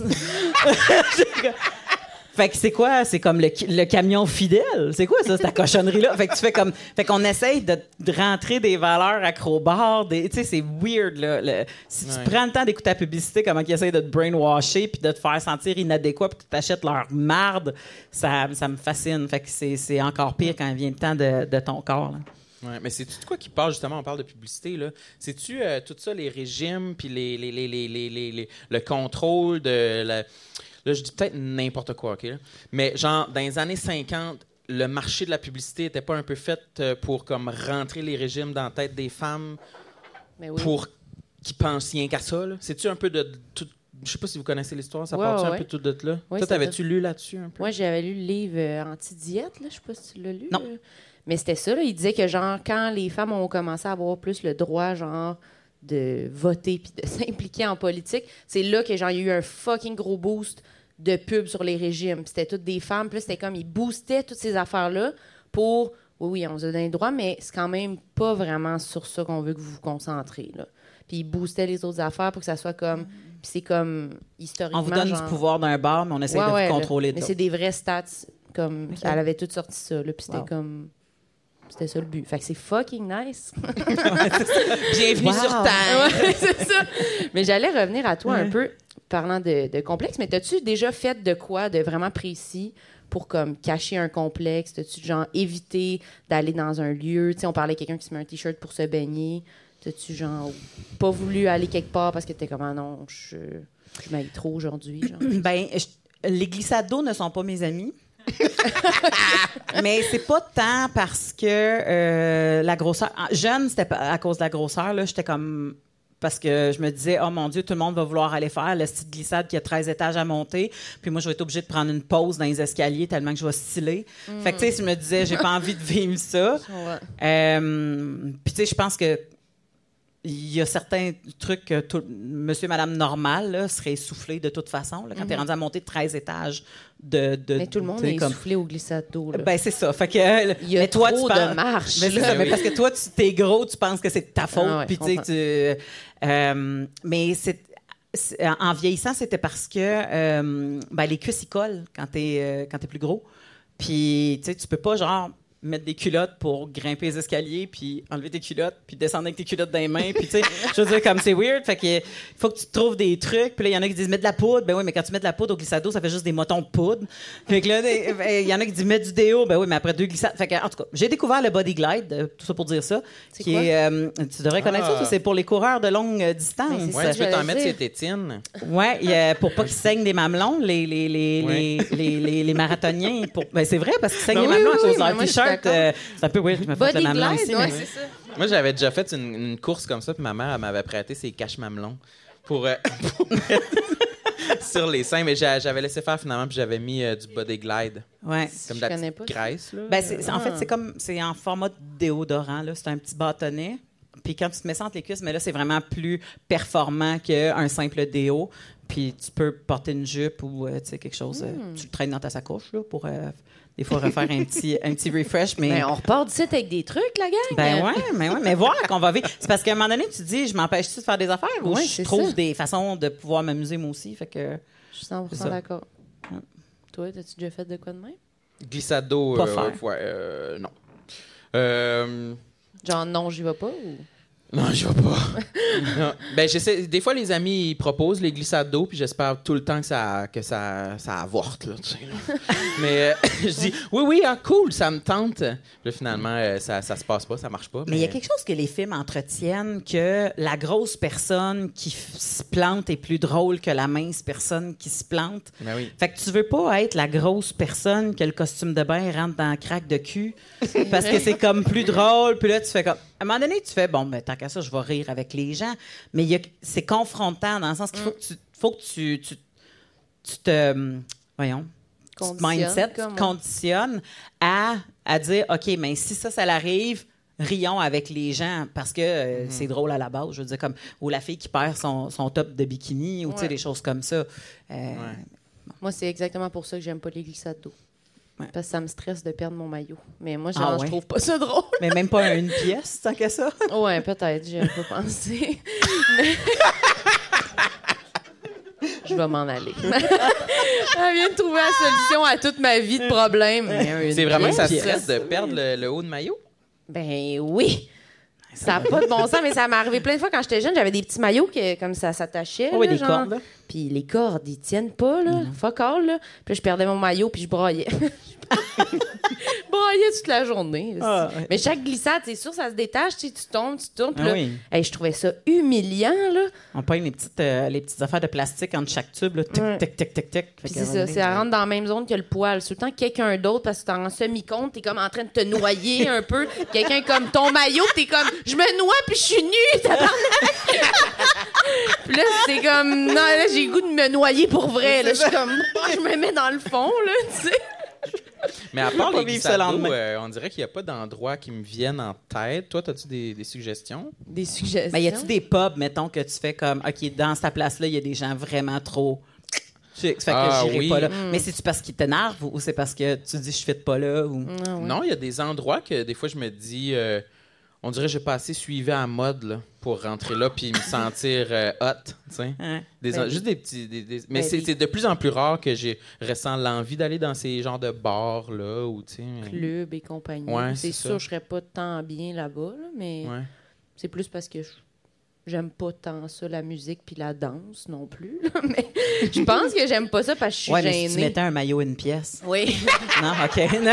Fait que c'est quoi? C'est comme le camion fidèle. C'est quoi ça, cette cochonnerie-là? Fait que tu fais comme... Fait qu'on essaye de rentrer des valeurs accrobards. Tu sais, c'est weird, là. Si tu prends le temps d'écouter la publicité, comment ils essayent de te brainwasher puis de te faire sentir inadéquat puis que tu t'achètes leur marde, ça me fascine. Fait que c'est encore pire quand vient le temps de ton corps, là. Ouais, mais c'est-tu de quoi qui parle, justement, on parle de publicité, là? C'est-tu tout ça, les régimes puis le contrôle de la... Là, je dis peut-être n'importe quoi, OK? Là? Mais genre, dans les années 50, le marché de la publicité n'était pas un peu fait pour comme rentrer les régimes dans la tête des femmes pour qu'ils pensent rien qu'à ça, là? C'est-tu un peu de tout... Je sais pas si vous connaissez l'histoire, ça part-tu un peu tout de là? Ouais, toi, t'avais-tu lu là-dessus un peu? Moi, j'avais lu le livre Anti-diète, là. Je sais pas si tu l'as lu. Non. Mais c'était ça, là. Il disait que, genre, quand les femmes ont commencé à avoir plus le droit, genre, de voter puis de s'impliquer en politique, c'est là que, genre, il y a eu un fucking gros boost de pub sur les régimes. Puis c'était toutes des femmes. Puis c'était comme, ils boostaient toutes ces affaires-là pour... Oui, on vous a donné le droit, mais c'est quand même pas vraiment sur ça qu'on veut que vous vous concentrez, là. Puis ils boostaient les autres affaires pour que ça soit comme... Puis c'est comme, historiquement... On vous donne genre... du pouvoir d'un bar, mais on essaie de vous contrôler de Mais l'autre. c'est des vrais stats. Comme, Okay. Elle avait tout sorti ça, là. Puis c'était comme... C'était ça le but. Fait que c'est fucking nice. Bienvenue sur Terre! Ouais, c'est ça. Mais j'allais revenir à toi un peu, parlant de complexe. Mais t'as-tu déjà fait de quoi de vraiment précis pour comme cacher un complexe? T'as-tu genre évité d'aller dans un lieu? Tu sais, on parlait de quelqu'un qui se met un T-shirt pour se baigner. T'as-tu genre pas voulu aller quelque part parce que t'es comme, ah non, je m'aille trop aujourd'hui, genre? Ben, les glissades d'eau ne sont pas mes amis. Mais c'est pas tant parce que la grosseur... Jeune, c'était à cause de la grosseur, là, j'étais comme parce que je me disais, oh mon Dieu, tout le monde va vouloir aller faire le style glissade qui a 13 étages à monter. Puis moi, je vais être obligée de prendre une pause dans les escaliers tellement que je vais styler. Fait que, tu sais, je me disais, j'ai pas envie de vivre ça. Puis, tu sais, je pense que il y a certains trucs que monsieur, madame normal là, serait essoufflé de toute façon. Là, quand t'es rendu à monter de 13 étages mais tout le monde est essoufflé au glissade d'eau. Ben, c'est ça. Fait que, il y a trop de marche. Mais, mais parce que toi, t'es gros, tu penses que c'est de ta faute. Puis, tu sais, mais en vieillissant, c'était parce que les cuisses, ils collent quand t'es plus gros. Puis, tu sais, tu peux pas, genre, mettre des culottes pour grimper les escaliers, puis enlever tes culottes, puis descendre avec tes culottes dans les mains, puis tu sais, je veux dire, comme c'est weird, fait que faut que tu trouves des trucs, puis là, il y en a qui disent mettre de la poudre, ben oui, mais quand tu mets de la poudre au glissado, ça fait juste des motons de poudre. Fait que là, il y en a qui disent mettre du déo, ben oui, mais après 2 glissades. Fait que, en tout cas, j'ai découvert le body glide, tout ça pour dire ça, c'est qui quoi? Tu devrais connaître ça, c'est pour les coureurs de longue distance. Ouais, tu veux t'en mettre sur tes tétines. Ouais, pour pas qu'ils saignent des mamelons, les marathoniens. Ben, c'est vrai, parce qu'ils saignent des mamelons à cause de leur t-shirt. C'est un peu weird, je me fais le mamelon ici. Ouais, c'est ça. Moi, j'avais déjà fait une course comme ça, puis ma mère elle m'avait prêté ses caches-mamelons pour mettre sur les seins, mais j'avais laissé faire finalement, puis j'avais mis du body glide. Ouais. Comme de la petite graisse. Là. Ben, en fait, c'est en format de déodorant. Là. C'est un petit bâtonnet. Puis quand tu te mets ça entre les cuisses, mais là, c'est vraiment plus performant qu'un simple déo. Puis tu peux porter une jupe ou quelque chose. Tu le traînes dans ta sacoche là, pour des fois refaire un petit refresh. Mais on repart d'ici avec des trucs, la gang. Ben ouais, mais voir qu'on va vivre. C'est parce qu'à un moment donné, tu te dis, je m'empêche-tu de faire des affaires ou je trouve des façons de pouvoir m'amuser moi aussi. Fait que je suis 100% d'accord. Toi, as-tu déjà fait de quoi de même? Glissade d'eau, non. Genre, non, j'y vais pas ou? Non, j'y vais pas. Non. Ben, j'essaie. Des fois, les amis ils proposent les glissades d'eau, puis j'espère tout le temps que ça avorte, là, tu sais. Là. Mais je dis, oui, cool, ça me tente. Puis là, finalement, ça se passe pas, ça marche pas. Mais il y a quelque chose que les films entretiennent, que la grosse personne qui se plante est plus drôle que la mince personne qui se plante. Ben oui. Fait que tu veux pas être la grosse personne que le costume de bain rentre dans le crack de cul, parce que c'est comme plus drôle, puis là, tu fais comme... À un moment donné, tu fais, bon, ben, tant qu'à ça, je vais rire avec les gens. Mais c'est confrontant dans le sens qu'il faut que tu te... Voyons. Tu te mindset, tu te conditionnes à dire, OK, mais si ça l'arrive, rions avec les gens parce que c'est drôle à la base. Je veux dire, comme... Ou la fille qui perd son top de bikini ou, tu sais, des choses comme ça. Moi, c'est exactement pour ça que j'aime pas les glissades d'eau. Ouais. Parce que ça me stresse de perdre mon maillot. Mais moi, je trouve pas ça drôle. Mais même pas une pièce, tant que ça? Ouais, peut-être. J'y ai pas pensé. Je vais m'en aller. Elle vient de trouver la solution à toute ma vie de problème. C'est vraiment que ça stresse de perdre le haut de maillot? Ben oui. Ça n'a pas de bon sens, mais ça m'est arrivé plein de fois quand j'étais jeune. J'avais des petits maillots que, comme ça s'attachait. Oui, des genre. cordes. Là. Puis les cordes, ils tiennent pas, là. Fuck all, là. Puis là, je perdais mon maillot, puis je broyais. Je broyais toute la journée. Mais chaque glissade, c'est sûr, ça se détache. Tu tombes, tu tournes. Puis là, hey, je trouvais ça humiliant, là. On pogne les petites affaires de plastique entre chaque tube, là. Tic, tic, tic, tic, tic. Puis c'est ça, ça rentre dans la même zone que le poil. C'est tout le temps quelqu'un d'autre, parce que t'es en semi-compte, t'es comme en train de te noyer un peu. Quelqu'un comme ton maillot, t'es comme, je me noie, puis je suis nue, tabarnak! Puis là, c'est comme, non, là, j'ai le goût de me noyer pour vrai. Là, je suis comme, je me mets dans le fond, là, tu sais. Mais à part les glissades d'eau, on dirait qu'il n'y a pas d'endroits qui me viennent en tête. Toi, as-tu des suggestions? Des suggestions? Mais y a-tu des pubs, mettons, que tu fais comme, OK, dans cette place-là, il y a des gens vraiment trop... Ça fait que j'irai pas là. Mais c'est-tu parce qu'ils t'énervent ou c'est parce que tu dis je fit pas là? Ou... Non, il y a des endroits que des fois je me dis... on dirait que j'ai pas assez suivi à la mode là, pour rentrer là puis me sentir hot, tu sais. Juste des petits... mais c'est de plus en plus rare que je ressens l'envie d'aller dans ces genres de bars là ou tu sais. Club et compagnie. Ouais, c'est sûr, ça. je serais pas tant bien là-bas, là, mais c'est plus parce que j'aime pas tant ça, la musique puis la danse non plus. Là, mais je pense que j'aime pas ça parce que je suis gênée. Mais si tu mettais un maillot et une pièce. Oui. Non, OK. Non.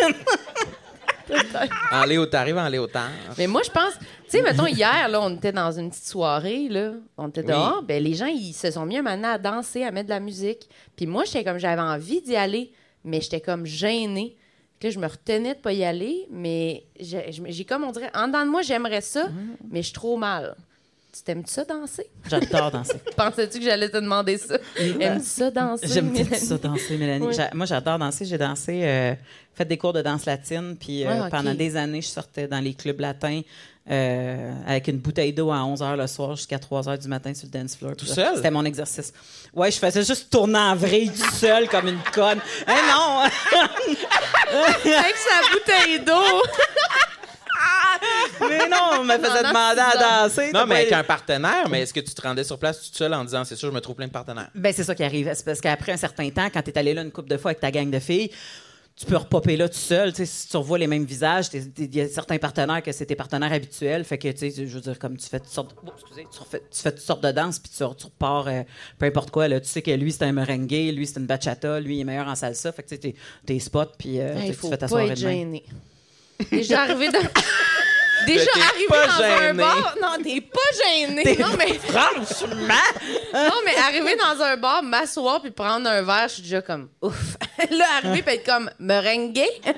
En léotard, en léotard. Mais moi, je pense... Tu sais, mettons, hier, là, on était dans une petite soirée, là. On était dehors. Ben, les gens, ils se sont mis maintenant à danser, à mettre de la musique. Puis moi, j'avais envie d'y aller, mais j'étais comme gênée. Puis là, je me retenais de pas y aller, mais j'ai comme, on dirait, en dedans de moi, j'aimerais ça, mais je suis trop mal. Tu t'aimes-tu ça danser? J'adore danser. Pensais-tu que j'allais te demander ça? Aimes-tu ça danser, J'aime Mélanie? ça danser, Mélanie. Oui. Moi, j'adore danser. J'ai dansé, fait des cours de danse latine, puis OK. pendant des années, je sortais dans les clubs latins avec une bouteille d'eau à 11 h le soir jusqu'à 3 h du matin sur le dance floor. Tout seul? C'était mon exercice. Ouais, je faisais juste tourner en vrille tout seul comme une conne. Non! Avec sa bouteille d'eau! Mais non, on me faisait Pendant demander 6 à danser. Non, mais avec un partenaire, mais est-ce que tu te rendais sur place toute seule en disant, c'est sûr, je me trouve plein de partenaires? Ben, c'est ça qui arrive. C'est parce qu'après un certain temps, quand tu es allé là une couple de fois avec ta gang de filles, tu peux repopper là tout seul. Tu sais, si tu revois les mêmes visages, il y a certains partenaires que c'est tes partenaires habituels. Fait que, tu sais, je veux dire, comme tu fais toutes sortes tu fais toutes sortes de danses, puis tu repars peu importe quoi. Là. Tu sais que lui, c'est un merengue, lui, c'est une bachata, lui, il est meilleur en salsa. Fait que, tu sais, t'es spots, puis Il tu faut fais ta pas soirée être de même. gêné. Déjà arrivé dans... Déjà t'es arrivé pas dans un gêné. bar... Non, t'es pas gêné. Non, mais... Franchement! Non, mais arriver dans un bar, m'asseoir puis prendre un verre, je suis déjà comme ouf. Là, arriver puis être comme merengue. Je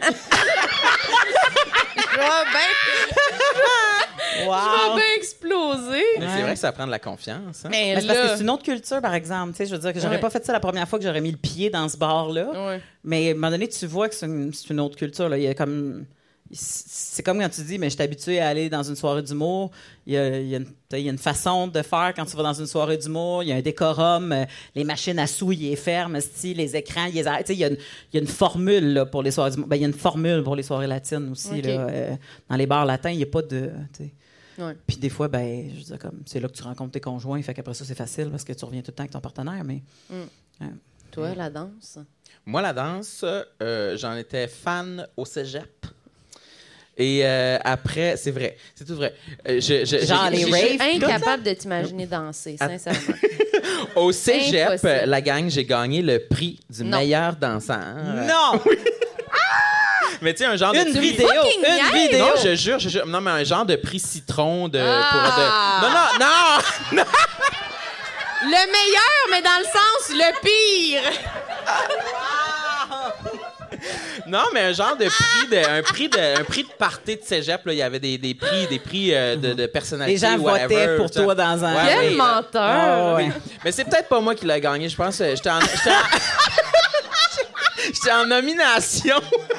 vais Wow! bien exploser. Mais c'est vrai que ça prend de la confiance. Hein? Mais Mais c'est parce que là... c'est une autre culture, par exemple. Tu sais, je veux dire que j'aurais Ouais. pas fait ça la première fois que j'aurais mis le pied dans ce bar-là. Ouais. Mais à un moment donné, tu vois que c'est une autre culture. Là. Il y a comme... C'est comme quand tu dis, mais je suis habitué à aller dans une soirée d'humour. Il y a une façon de faire quand tu vas dans une soirée d'humour. Il y a un décorum. Les machines à sous, ils les ferment. Les écrans, ils les arrêtent. Tu sais, il y a une formule là, pour les soirées d'humour. Ben, il y a une formule pour les soirées latines aussi. OK. Là, dans les bars latins, il n'y a pas de... tu sais. Ouais. Puis des fois, ben, je veux dire, comme, c'est là que tu rencontres tes conjoints. Fait qu'après ça, c'est facile parce que tu reviens tout le temps avec ton partenaire. Mais Toi, la danse? Moi, la danse, j'en étais fan au cégep. Et après, c'est vrai, c'est tout vrai. Genre les Je raves, suis incapable de t'imaginer danser, sincèrement. Au cégep, Impossible. la gang, j'ai gagné le prix du Non. meilleur danseur. non! Mais tu sais, un genre Une de... vidéo! fucking Une niaise! vidéo! Non, je jure. Non, mais un genre de prix citron de... Ah! Non! Le meilleur, mais dans le sens le pire. Non, mais un genre de prix un prix de party de cégep. Là. Il y avait des prix de personnalité. Les gens whatever, votaient pour ça. toi dans un... Ouais, Quel oui. menteur. Ah, ouais. Mais c'est peut-être pas moi qui l'ai gagné. Je pense que j'étais en nomination.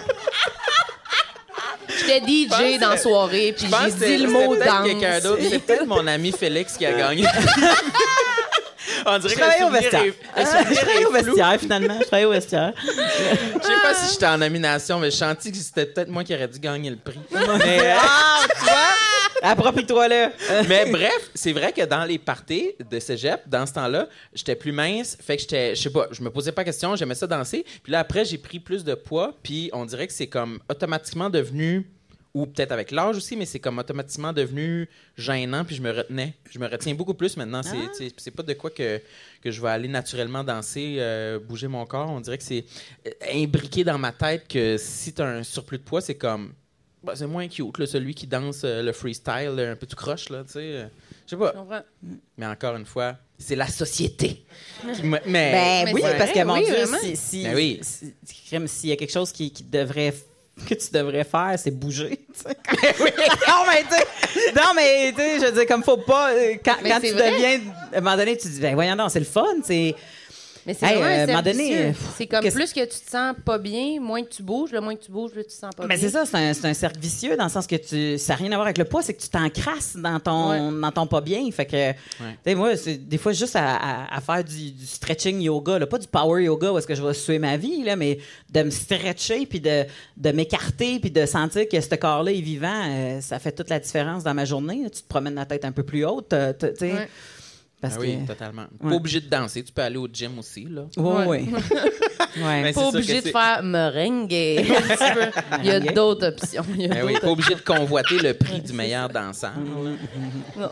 J'étais DJ dans la soirée, puis Je pense j'ai que dit le c'était mot peut-être quelqu'un danse. d'autre. C'est peut-être mon ami Félix qui a gagné. On dirait Je que le travaillais au souvenir vestiaire. est- le souvenir Je travaillais est au flou. vestiaire, finalement. Je travaillais au vestiaire. Je sais pas si j'étais en nomination, mais je sentis que c'était peut-être moi qui aurais dû gagner le prix. Ah, tu vois? Approprie-toi là. Mais bref, c'est vrai que dans les parties de cégep, dans ce temps-là, j'étais plus mince, fait que je sais pas, je me posais pas de questions, j'aimais ça danser. Puis là, après, j'ai pris plus de poids, puis on dirait que c'est comme automatiquement devenu, ou peut-être avec l'âge aussi, mais c'est comme automatiquement devenu gênant, puis je me retenais. Je me retiens beaucoup plus maintenant. C'est pas de quoi que je vais aller naturellement danser, bouger mon corps. On dirait que c'est imbriqué dans ma tête que si t'as un surplus de poids, c'est comme... bah, c'est moins cute, là, celui qui danse le freestyle, un peu tout croche, là, tu sais. Je sais pas. Je comprends. Mais encore une fois, c'est la société. Mais Ben oui, c'est parce que, vrai, mon oui, Dieu, vraiment. Ben oui. s'il y a quelque chose que tu devrais faire, c'est bouger. tu sais. Non, mais tu sais, je veux dire, comme faut pas... Quand Mais tu c'est vrai. deviens... À un moment donné, tu dis, ben voyons donc, c'est le fun, c'est... Mais c'est Hey, vraiment un à un moment cercle donné, vicieux. C'est comme qu'est-ce- plus que tu te sens pas bien, moins que tu bouges, le moins que tu bouges, plus tu te sens pas Mais bien. c'est ça, c'est un cercle vicieux dans le sens que ça n'a rien à voir avec le poids, c'est que tu t'encrasses dans ton pas bien. Fait que, tu sais, moi, c'est des fois juste à faire du stretching yoga, là, pas du power yoga où est-ce que je vais suer ma vie, là, mais de me stretcher puis de m'écarter puis de sentir que ce corps-là est vivant, ça fait toute la différence dans ma journée. Là. Tu te promènes la tête un peu plus haute, tu sais. Ouais. Parce Ah oui, que... totalement. Ouais. Pas obligé de danser, tu peux aller au gym aussi, là. Oui, Ouais. oui. Ouais. Mais Pas c'est sûr obligé que de c'est- faire merengue. Il y a Merengue. d'autres options. Il y a Ben oui, d'autres- pas obligé de convoiter le prix du meilleur danseur. Non.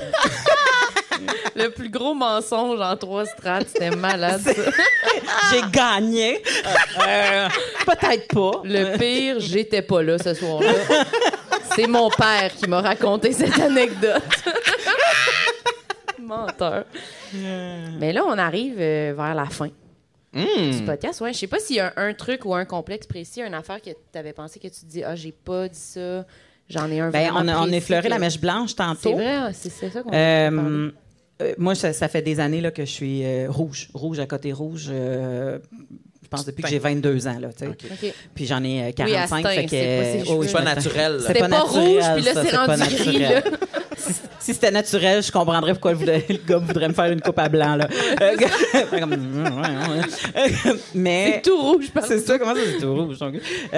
Le plus gros mensonge en 3 strates, c'était malade, ça. J'ai gagné. Peut-être pas. Le pire, j'étais pas là ce soir-là. C'est mon père qui m'a raconté cette anecdote. Menteur. Mais là, on arrive vers la fin du podcast. Ouais, je sais pas s'il y a un truc ou un complexe précis, une affaire que tu avais pensé que tu te dis « Ah, j'ai pas dit ça, J'en ai un Ben, vraiment on a précis effleuré que- la mèche blanche tantôt. C'est vrai, c'est ça qu'on a parlé. Moi, ça fait des années là, que je suis rouge à côté rouge. Je pense depuis que j'ai 22 ans. Là, tu sais. OK. OK. Puis j'en ai Oui, 45. à fait que, c'est pas ses C'est pas naturel. là. C'était pas naturel, rouge, puis là, ça, c'est pas rendu gris, naturel. là. Si c'était naturel, je comprendrais pourquoi le gars voudrait me faire une coupe à blanc. Là. Mais C'est tout rouge, par c'est ça, comment ça, c'est tout rouge? Donc,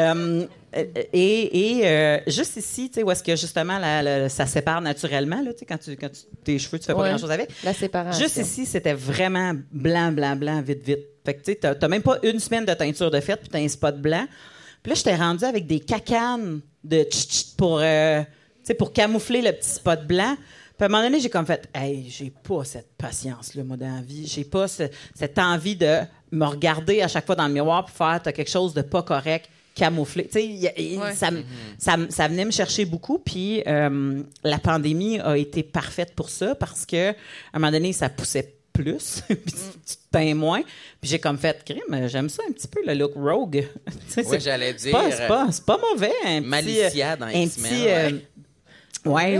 juste ici, tu sais, où est-ce que justement ça sépare naturellement, là, tu sais, quand tes cheveux, tu fais pas Ouais. grand-chose avec. La séparation. Juste ici, c'était vraiment blanc, vite. Fait que tu sais, t'as même pas une semaine de teinture de fête, puis t'as un spot blanc. Puis là, j'étais rendue avec des cacanes de tch pour, tu sais, pour camoufler le petit spot blanc. Puis à un moment donné, j'ai comme fait, hey, j'ai pas cette patience-là, moi, dans la vie. J'ai pas cette envie de me regarder à chaque fois dans le miroir pour faire, t'as quelque chose de pas correct, camouflé. Tu sais, Ouais. ça venait me chercher beaucoup. Puis la pandémie a été parfaite pour ça parce que à un moment donné, ça poussait plus, puis tu te peins moins. Puis j'ai comme fait, crime, j'aime ça un petit peu, le look rogue. Tu sais, Ouais, j'allais dire. c'est pas mauvais. Malicia dans un X-Men. petit, ouais,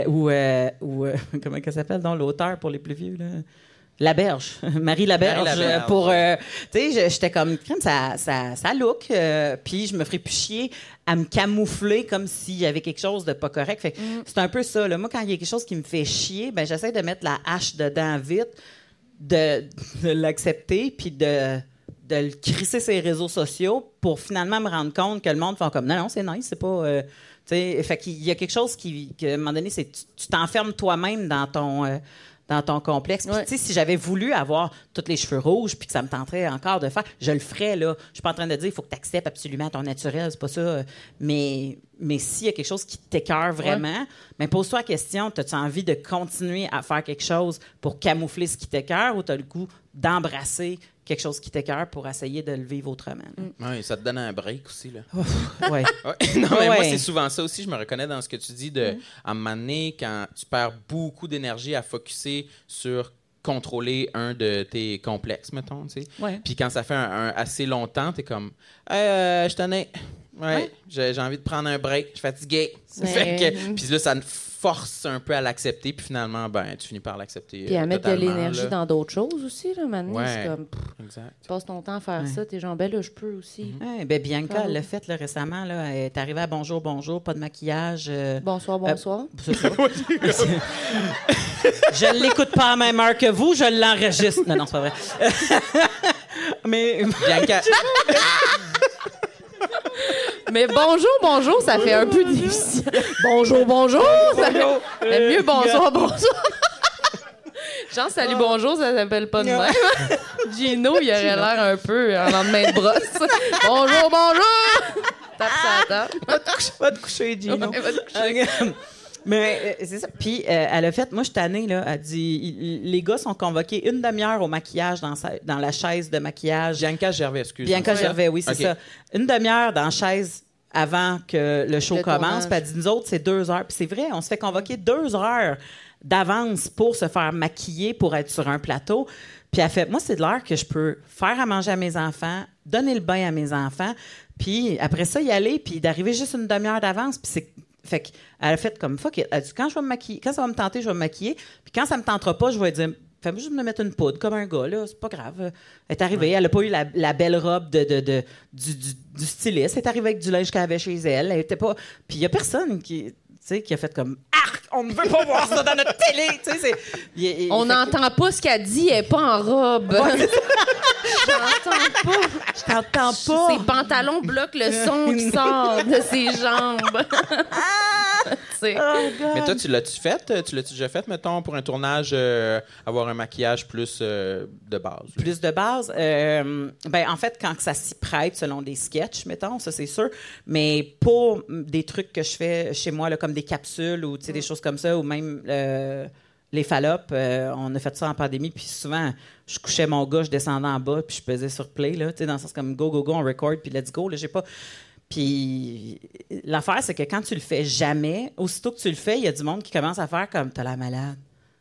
ou comment qu'elle s'appelle, donc, l'auteur pour les plus vieux, là? Laberge, Marie Laberge. Marie Laberge. Pour, tu sais, j'étais comme, crime, ça look, puis je me ferais plus chier à me camoufler comme s'il y avait quelque chose de pas correct. Fait que c'est un peu ça, là. Moi, quand il y a quelque chose qui me fait chier, ben j'essaie de mettre la hache dedans vite, de l'accepter, puis de le crisser sur les réseaux sociaux pour finalement me rendre compte que le monde fait comme non, c'est nice, c'est pas. Tu sais, fait qu'il y a quelque chose que, à un moment donné, c'est tu t'enfermes toi-même dans ton complexe. Puis, Ouais. tu sais, si j'avais voulu avoir tous les cheveux rouges puis que ça me tenterait encore de faire, je le ferais, là. Je suis pas en train de dire il faut que tu acceptes absolument ton naturel, c'est pas ça. Mais s'il y a quelque chose qui t'écœure vraiment, mais pose-toi la question, as-tu envie de continuer à faire quelque chose pour camoufler ce qui t'écœure ou tu as le goût d'embrasser quelque chose qui t'écœure pour essayer de le vivre autrement? Ouais, ça te donne un break aussi. Là. Ouais. Ouais. Non, mais moi, Ouais. c'est souvent ça aussi. Je me reconnais dans ce que tu dis de, à un moment donné, quand tu perds beaucoup d'énergie à focusser sur contrôler un de tes complexes, mettons, tu sais. Ouais. Puis quand ça fait un assez longtemps, t'es comme, je t'en ai. Ouais, j'ai envie de prendre un break. Je suis fatigué. Puis là, ça te force un peu à l'accepter. Puis finalement, ben, tu finis par l'accepter. Puis à mettre de totalement, l'énergie là. dans d'autres choses aussi, là, maintenant. Ouais. C'est comme, Exact. tu passes ton temps à faire ça, t'es genre, ben là, je peux aussi. Ouais, ben Bianca, Bravo. elle l'a fait là, récemment. Là. Elle est arrivée à Bonjour, pas de maquillage. Bonsoir. C'est ça. Je ne l'écoute pas à la même heure que vous, je l'enregistre. Non, c'est pas vrai. Mais Bianca, Mais bonjour, ça fait un peu difficile. Bonjour, ça fait mieux bonsoir. Jean, salut, bonjour, ça s'appelle pas de même. Gino, il aurait l'air un peu en lendemain de brosse. Bonjour! Tape sa table. va te coucher, Gino. Ouais, va te coucher. Mais c'est ça. Puis elle a fait, moi je suis tannée, là. Elle dit, les gars sont convoqués une demi-heure au maquillage dans la chaise de maquillage. Bianca Gervais, excuse. Bianca Gervais, oui, c'est Ok. ça. Une demi-heure dans la chaise avant que le show Le commence. tournage. Puis elle dit, nous autres, c'est 2 heures. Puis c'est vrai, on se fait convoquer 2 heures d'avance pour se faire maquiller, pour être sur un plateau. Puis elle fait, moi, c'est de l'heure que je peux faire à manger à mes enfants, donner le bain à mes enfants, puis après ça, y aller, puis d'arriver juste une demi-heure d'avance. Puis c'est... Fait qu'elle a fait comme, fuck it. Elle a dit, quand ça va me tenter, je vais me maquiller. Puis quand ça me tentera pas, je vais dire, fais-moi juste me mettre une poudre comme un gars, là, c'est pas grave. Elle est arrivée, elle a pas eu la belle robe du styliste. Elle est arrivée avec du linge qu'elle avait chez elle. Elle était pas... Puis il y a personne qui a fait comme, arc, on ne veut pas voir ça dans notre télé. Tu sais, On n'entend pas ce qu'elle dit, elle n'est pas en robe. J'entends pas. Je t'entends pas. Ses pantalons bloquent le son qui sort de ses jambes. Tu sais. Oh, God. Mais toi, tu l'as-tu fait? Tu l'as-tu déjà fait, mettons, pour un tournage, avoir un maquillage plus de base? là? Plus de base. Ben, en fait, quand que ça s'y prête, selon des sketchs, mettons, ça, c'est sûr. Mais pour des trucs que je fais chez moi, là, comme des capsules ou tu sais, des choses comme ça, ou même les fallops, on a fait ça en pandémie, puis souvent, je couchais mon gars, je descendais en bas, puis je pesais sur play, là, tu sais, dans le sens comme go, on record, puis let's go. Là, j'ai pas... Puis l'affaire, c'est que quand tu le fais jamais, aussitôt que tu le fais, il y a du monde qui commence à faire comme t'as la malade.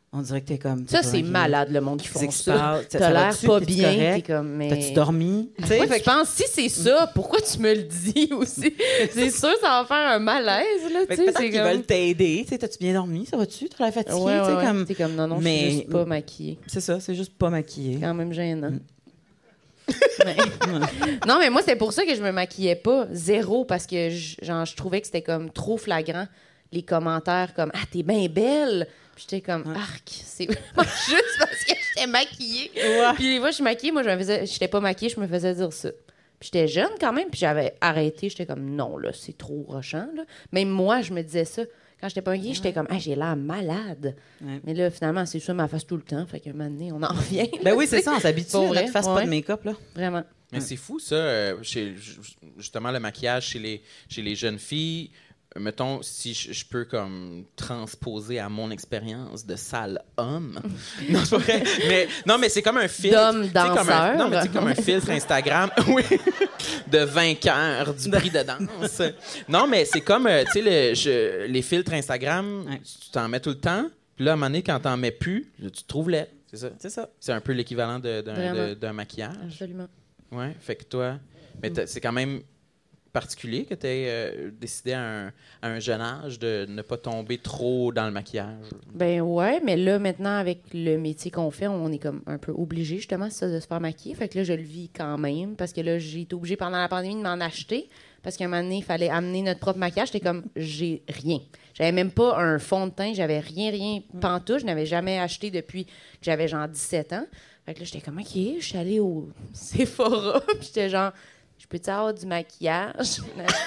On dirait que t'es comme... Ça, c'est malade, le monde qui font ça. T'as T'as l'air va-tu? pas T'es-tu bien. correct? T'es comme, mais... T'as-tu dormi? Tu sais, Moi, fait je pense, si c'est ça, pourquoi tu me le dis aussi? C'est sûr, ça va faire un malaise, là, tu sais. peut-être C'est qu'ils veulent t'aider. Tu sais, t'as-tu bien dormi? Ça va-tu? T'as l'air fatigué? Ouais, tu sais, ouais. comme... T'es comme, non, je Mais- suis juste pas maquillée. C'est ça, c'est juste pas maquillé. C'est quand même gênant. Mais- non, mais moi, c'est pour ça que je me maquillais pas. Zéro, parce que je trouvais que c'était comme trop flagrant. Les commentaires comme « Ah, t'es bien belle! » Puis j'étais comme « Arc! » C'est vraiment juste parce que j'étais maquillée. Ouais. Puis des fois, je suis maquillée. Moi, j'étais pas maquillée, je me faisais dire ça. Puis j'étais jeune quand même, puis j'avais arrêté. J'étais comme « Non, là, c'est trop rochant. » Même moi, je me disais ça. Quand j'étais pas maquillée, j'étais comme « Ah, j'ai l'air malade. Ouais. » Mais là, finalement, c'est ça ma face tout le temps. Fait qu'à un moment donné, on en revient. Ben oui, c'est ça, on s'habitue Pour à vrai, notre face pas ouais. de make-up, là. Vraiment. Mais c'est fou, ça, justement, le maquillage chez les jeunes filles. Mettons, si je peux comme transposer à mon expérience de sale homme. Non, c'est pas vrai. Mais c'est comme un filtre. D'homme Tu sais, comme danseur. non, mais tu sais, comme un filtre Instagram. Oui. De vainqueur du prix de danse. Non, mais c'est comme, tu sais, les filtres Instagram, Ouais. tu t'en mets tout le temps. Puis là, à un moment donné, quand t'en mets plus, là, tu te trouves laid. C'est ça. C'est ça. C'est un peu l'équivalent Vraiment. d'un maquillage. Absolument. Ouais, fait que toi, mais c'est quand même particulier que tu aies décidé à un jeune âge de ne pas tomber trop dans le maquillage. Ben ouais, mais là, maintenant, avec le métier qu'on fait, on est comme un peu obligé, justement, ça, de se faire maquiller. Fait que là, je le vis quand même, parce que là, j'ai été obligée pendant la pandémie de m'en acheter, parce qu'à un moment donné, il fallait amener notre propre maquillage. J'étais comme, j'ai rien. J'avais même pas un fond de teint, j'avais rien pantoute. Je n'avais jamais acheté depuis que j'avais genre 17 ans. Fait que là, j'étais comme, OK, je suis allée au Sephora, puis j'étais genre, je peux-tu avoir du maquillage?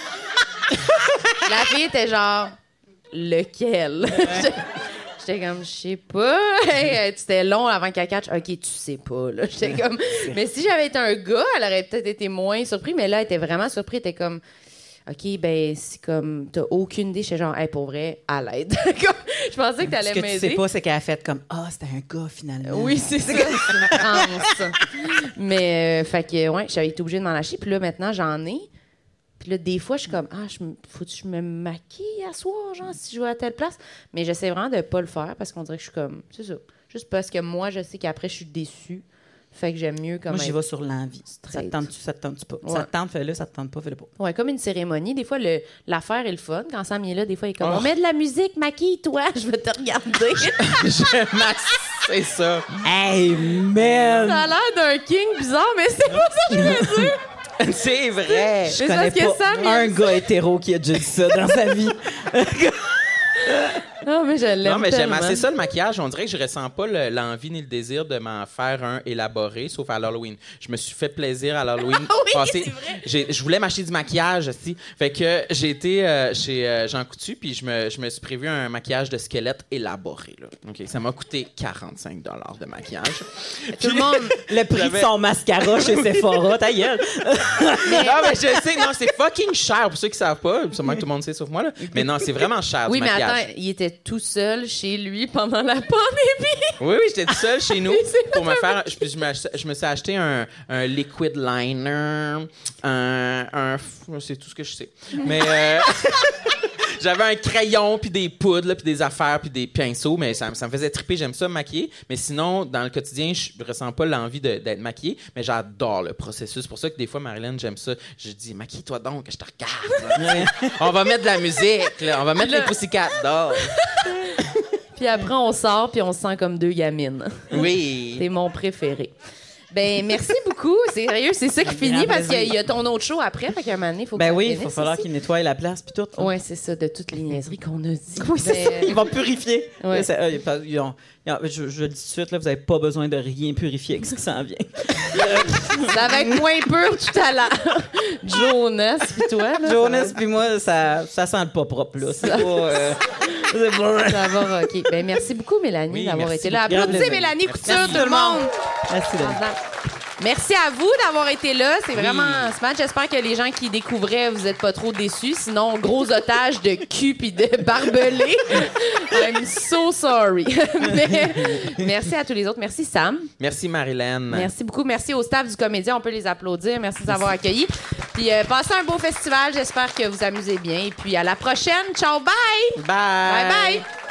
La fille était genre, lequel? J'étais comme, je sais pas. C'était long avant qu'elle catch. OK, tu sais pas. Là. J'étais comme, mais si j'avais été un gars, elle aurait peut-être été moins surprise. Mais là, elle était vraiment surprise. Elle était comme, OK, ben, c'est comme, t'as aucune idée. J'étais genre, hey, pour vrai, à l'aide. Je pensais que t'allais Ce que tu m'aider. sais pas, c'est qu'elle a fait comme ah, c'était un gars finalement. Oui, c'est ça. C'est une transe. Mais, fait que, ouais, j'avais été obligée de m'en lâcher. Puis là, maintenant, j'en ai. Puis là, des fois, je suis comme, faut que je me maquille à soir, genre, si je vais à telle place. Mais j'essaie vraiment de pas le faire parce qu'on dirait que je suis comme, c'est ça. Juste parce que moi, je sais qu'après, je suis déçue. Fait que j'aime mieux comme. Moi, j'y vais sur l'envie. Ça te Straight. tente-tu, ça te tente-tu pas? Ouais. Ça te tente, fais-le, ça te tente pas, fais-le pas. Ouais, comme une cérémonie. Des fois, l'affaire est le fun. Quand Sam est là, des fois, il est comme, Oh. on met de la musique, maquille-toi, je vais te regarder. C'est ça. Hey, man! Ça a l'air d'un king bizarre, mais c'est pas ça que je veux dire. C'est vrai. Je Mais connais parce que pas Sam, il un aime gars hétéro qui a déjà dit ça dans sa vie. Non, mais je l'aime Non, mais j'aime tellement. assez ça, le maquillage. On dirait que je ressens pas l'envie ni le désir de m'en faire un élaboré, sauf à l'Halloween. Je me suis fait plaisir à l'Halloween. Oui, c'est vrai. Je voulais m'acheter du maquillage aussi. Fait que j'ai été chez Jean Coutu, puis je me suis prévu un maquillage de squelette élaboré. Là. OK, ça m'a coûté 45 $ de maquillage. Tout le monde. Le prix de son mascara chez Sephora, ta gueule. Non, mais je sais, non, c'est fucking cher pour ceux qui savent pas. Sûrement que tout le monde sait sauf moi, là. Mais non, c'est vraiment cher Oui, du mais maquillage. attends, il était tout seul chez lui pendant la pandémie. Oui, j'étais tout seul chez nous C'est pour me faire. Je me suis acheté un liquid liner, c'est tout ce que je sais. Mais j'avais un crayon puis des poudres là, puis des affaires puis des pinceaux, mais ça me faisait triper. J'aime ça me maquiller, mais sinon dans le quotidien, je ressens pas l'envie d'être maquillée, mais j'adore le processus. C'est pour ça que des fois, Marilyn, j'aime ça. Je dis maquille-toi donc, que je te regarde. là. On va mettre de la musique, là. On va mettre les Pussycat Dolls. Puis après, on sort, puis on se sent comme deux gamines. Oui. C'est mon préféré. Ben merci beaucoup. Sérieux, c'est ça qui finit parce qu'il y a ton autre show après. Fait qu'à un moment donné, il faut que Ben ça oui, il finisse va falloir aussi. qu'il nettoie la place puis tout. Oui, c'est ça, de toutes les niaiseries qu'on a dit. Oui, c'est Ben, ça. Il va purifier. Ouais. Je le dis tout de suite, là, vous n'avez pas besoin de rien purifier avec ce qui s'en vient. Ça va être moins pur tout à l'heure. Jonas, puis toi, là. Jonas puis moi, ça sent le pas propre. Là. C'est Ça- pas... c'est pas... Ça va rocker. Ben merci beaucoup, Mélanie, Oui, d'avoir merci été là. beaucoup. Applaudissez Grand Mélanie plaisir. Couture, Merci tout le monde. Merci, Denis. Merci à vous d'avoir été là. C'est vraiment smart. J'espère que les gens qui découvraient, vous êtes pas trop déçus. Sinon, gros otage de cul puis de barbelé. I'm so sorry. Mais merci à tous les autres. Merci Sam. Merci, Marilyn. Merci beaucoup. Merci au staff du Comédien. On peut les applaudir. Merci de nous avoir accueillis. Puis passez un beau festival. J'espère que vous amusez bien. Et puis à la prochaine. Ciao, bye! Bye. Bye bye!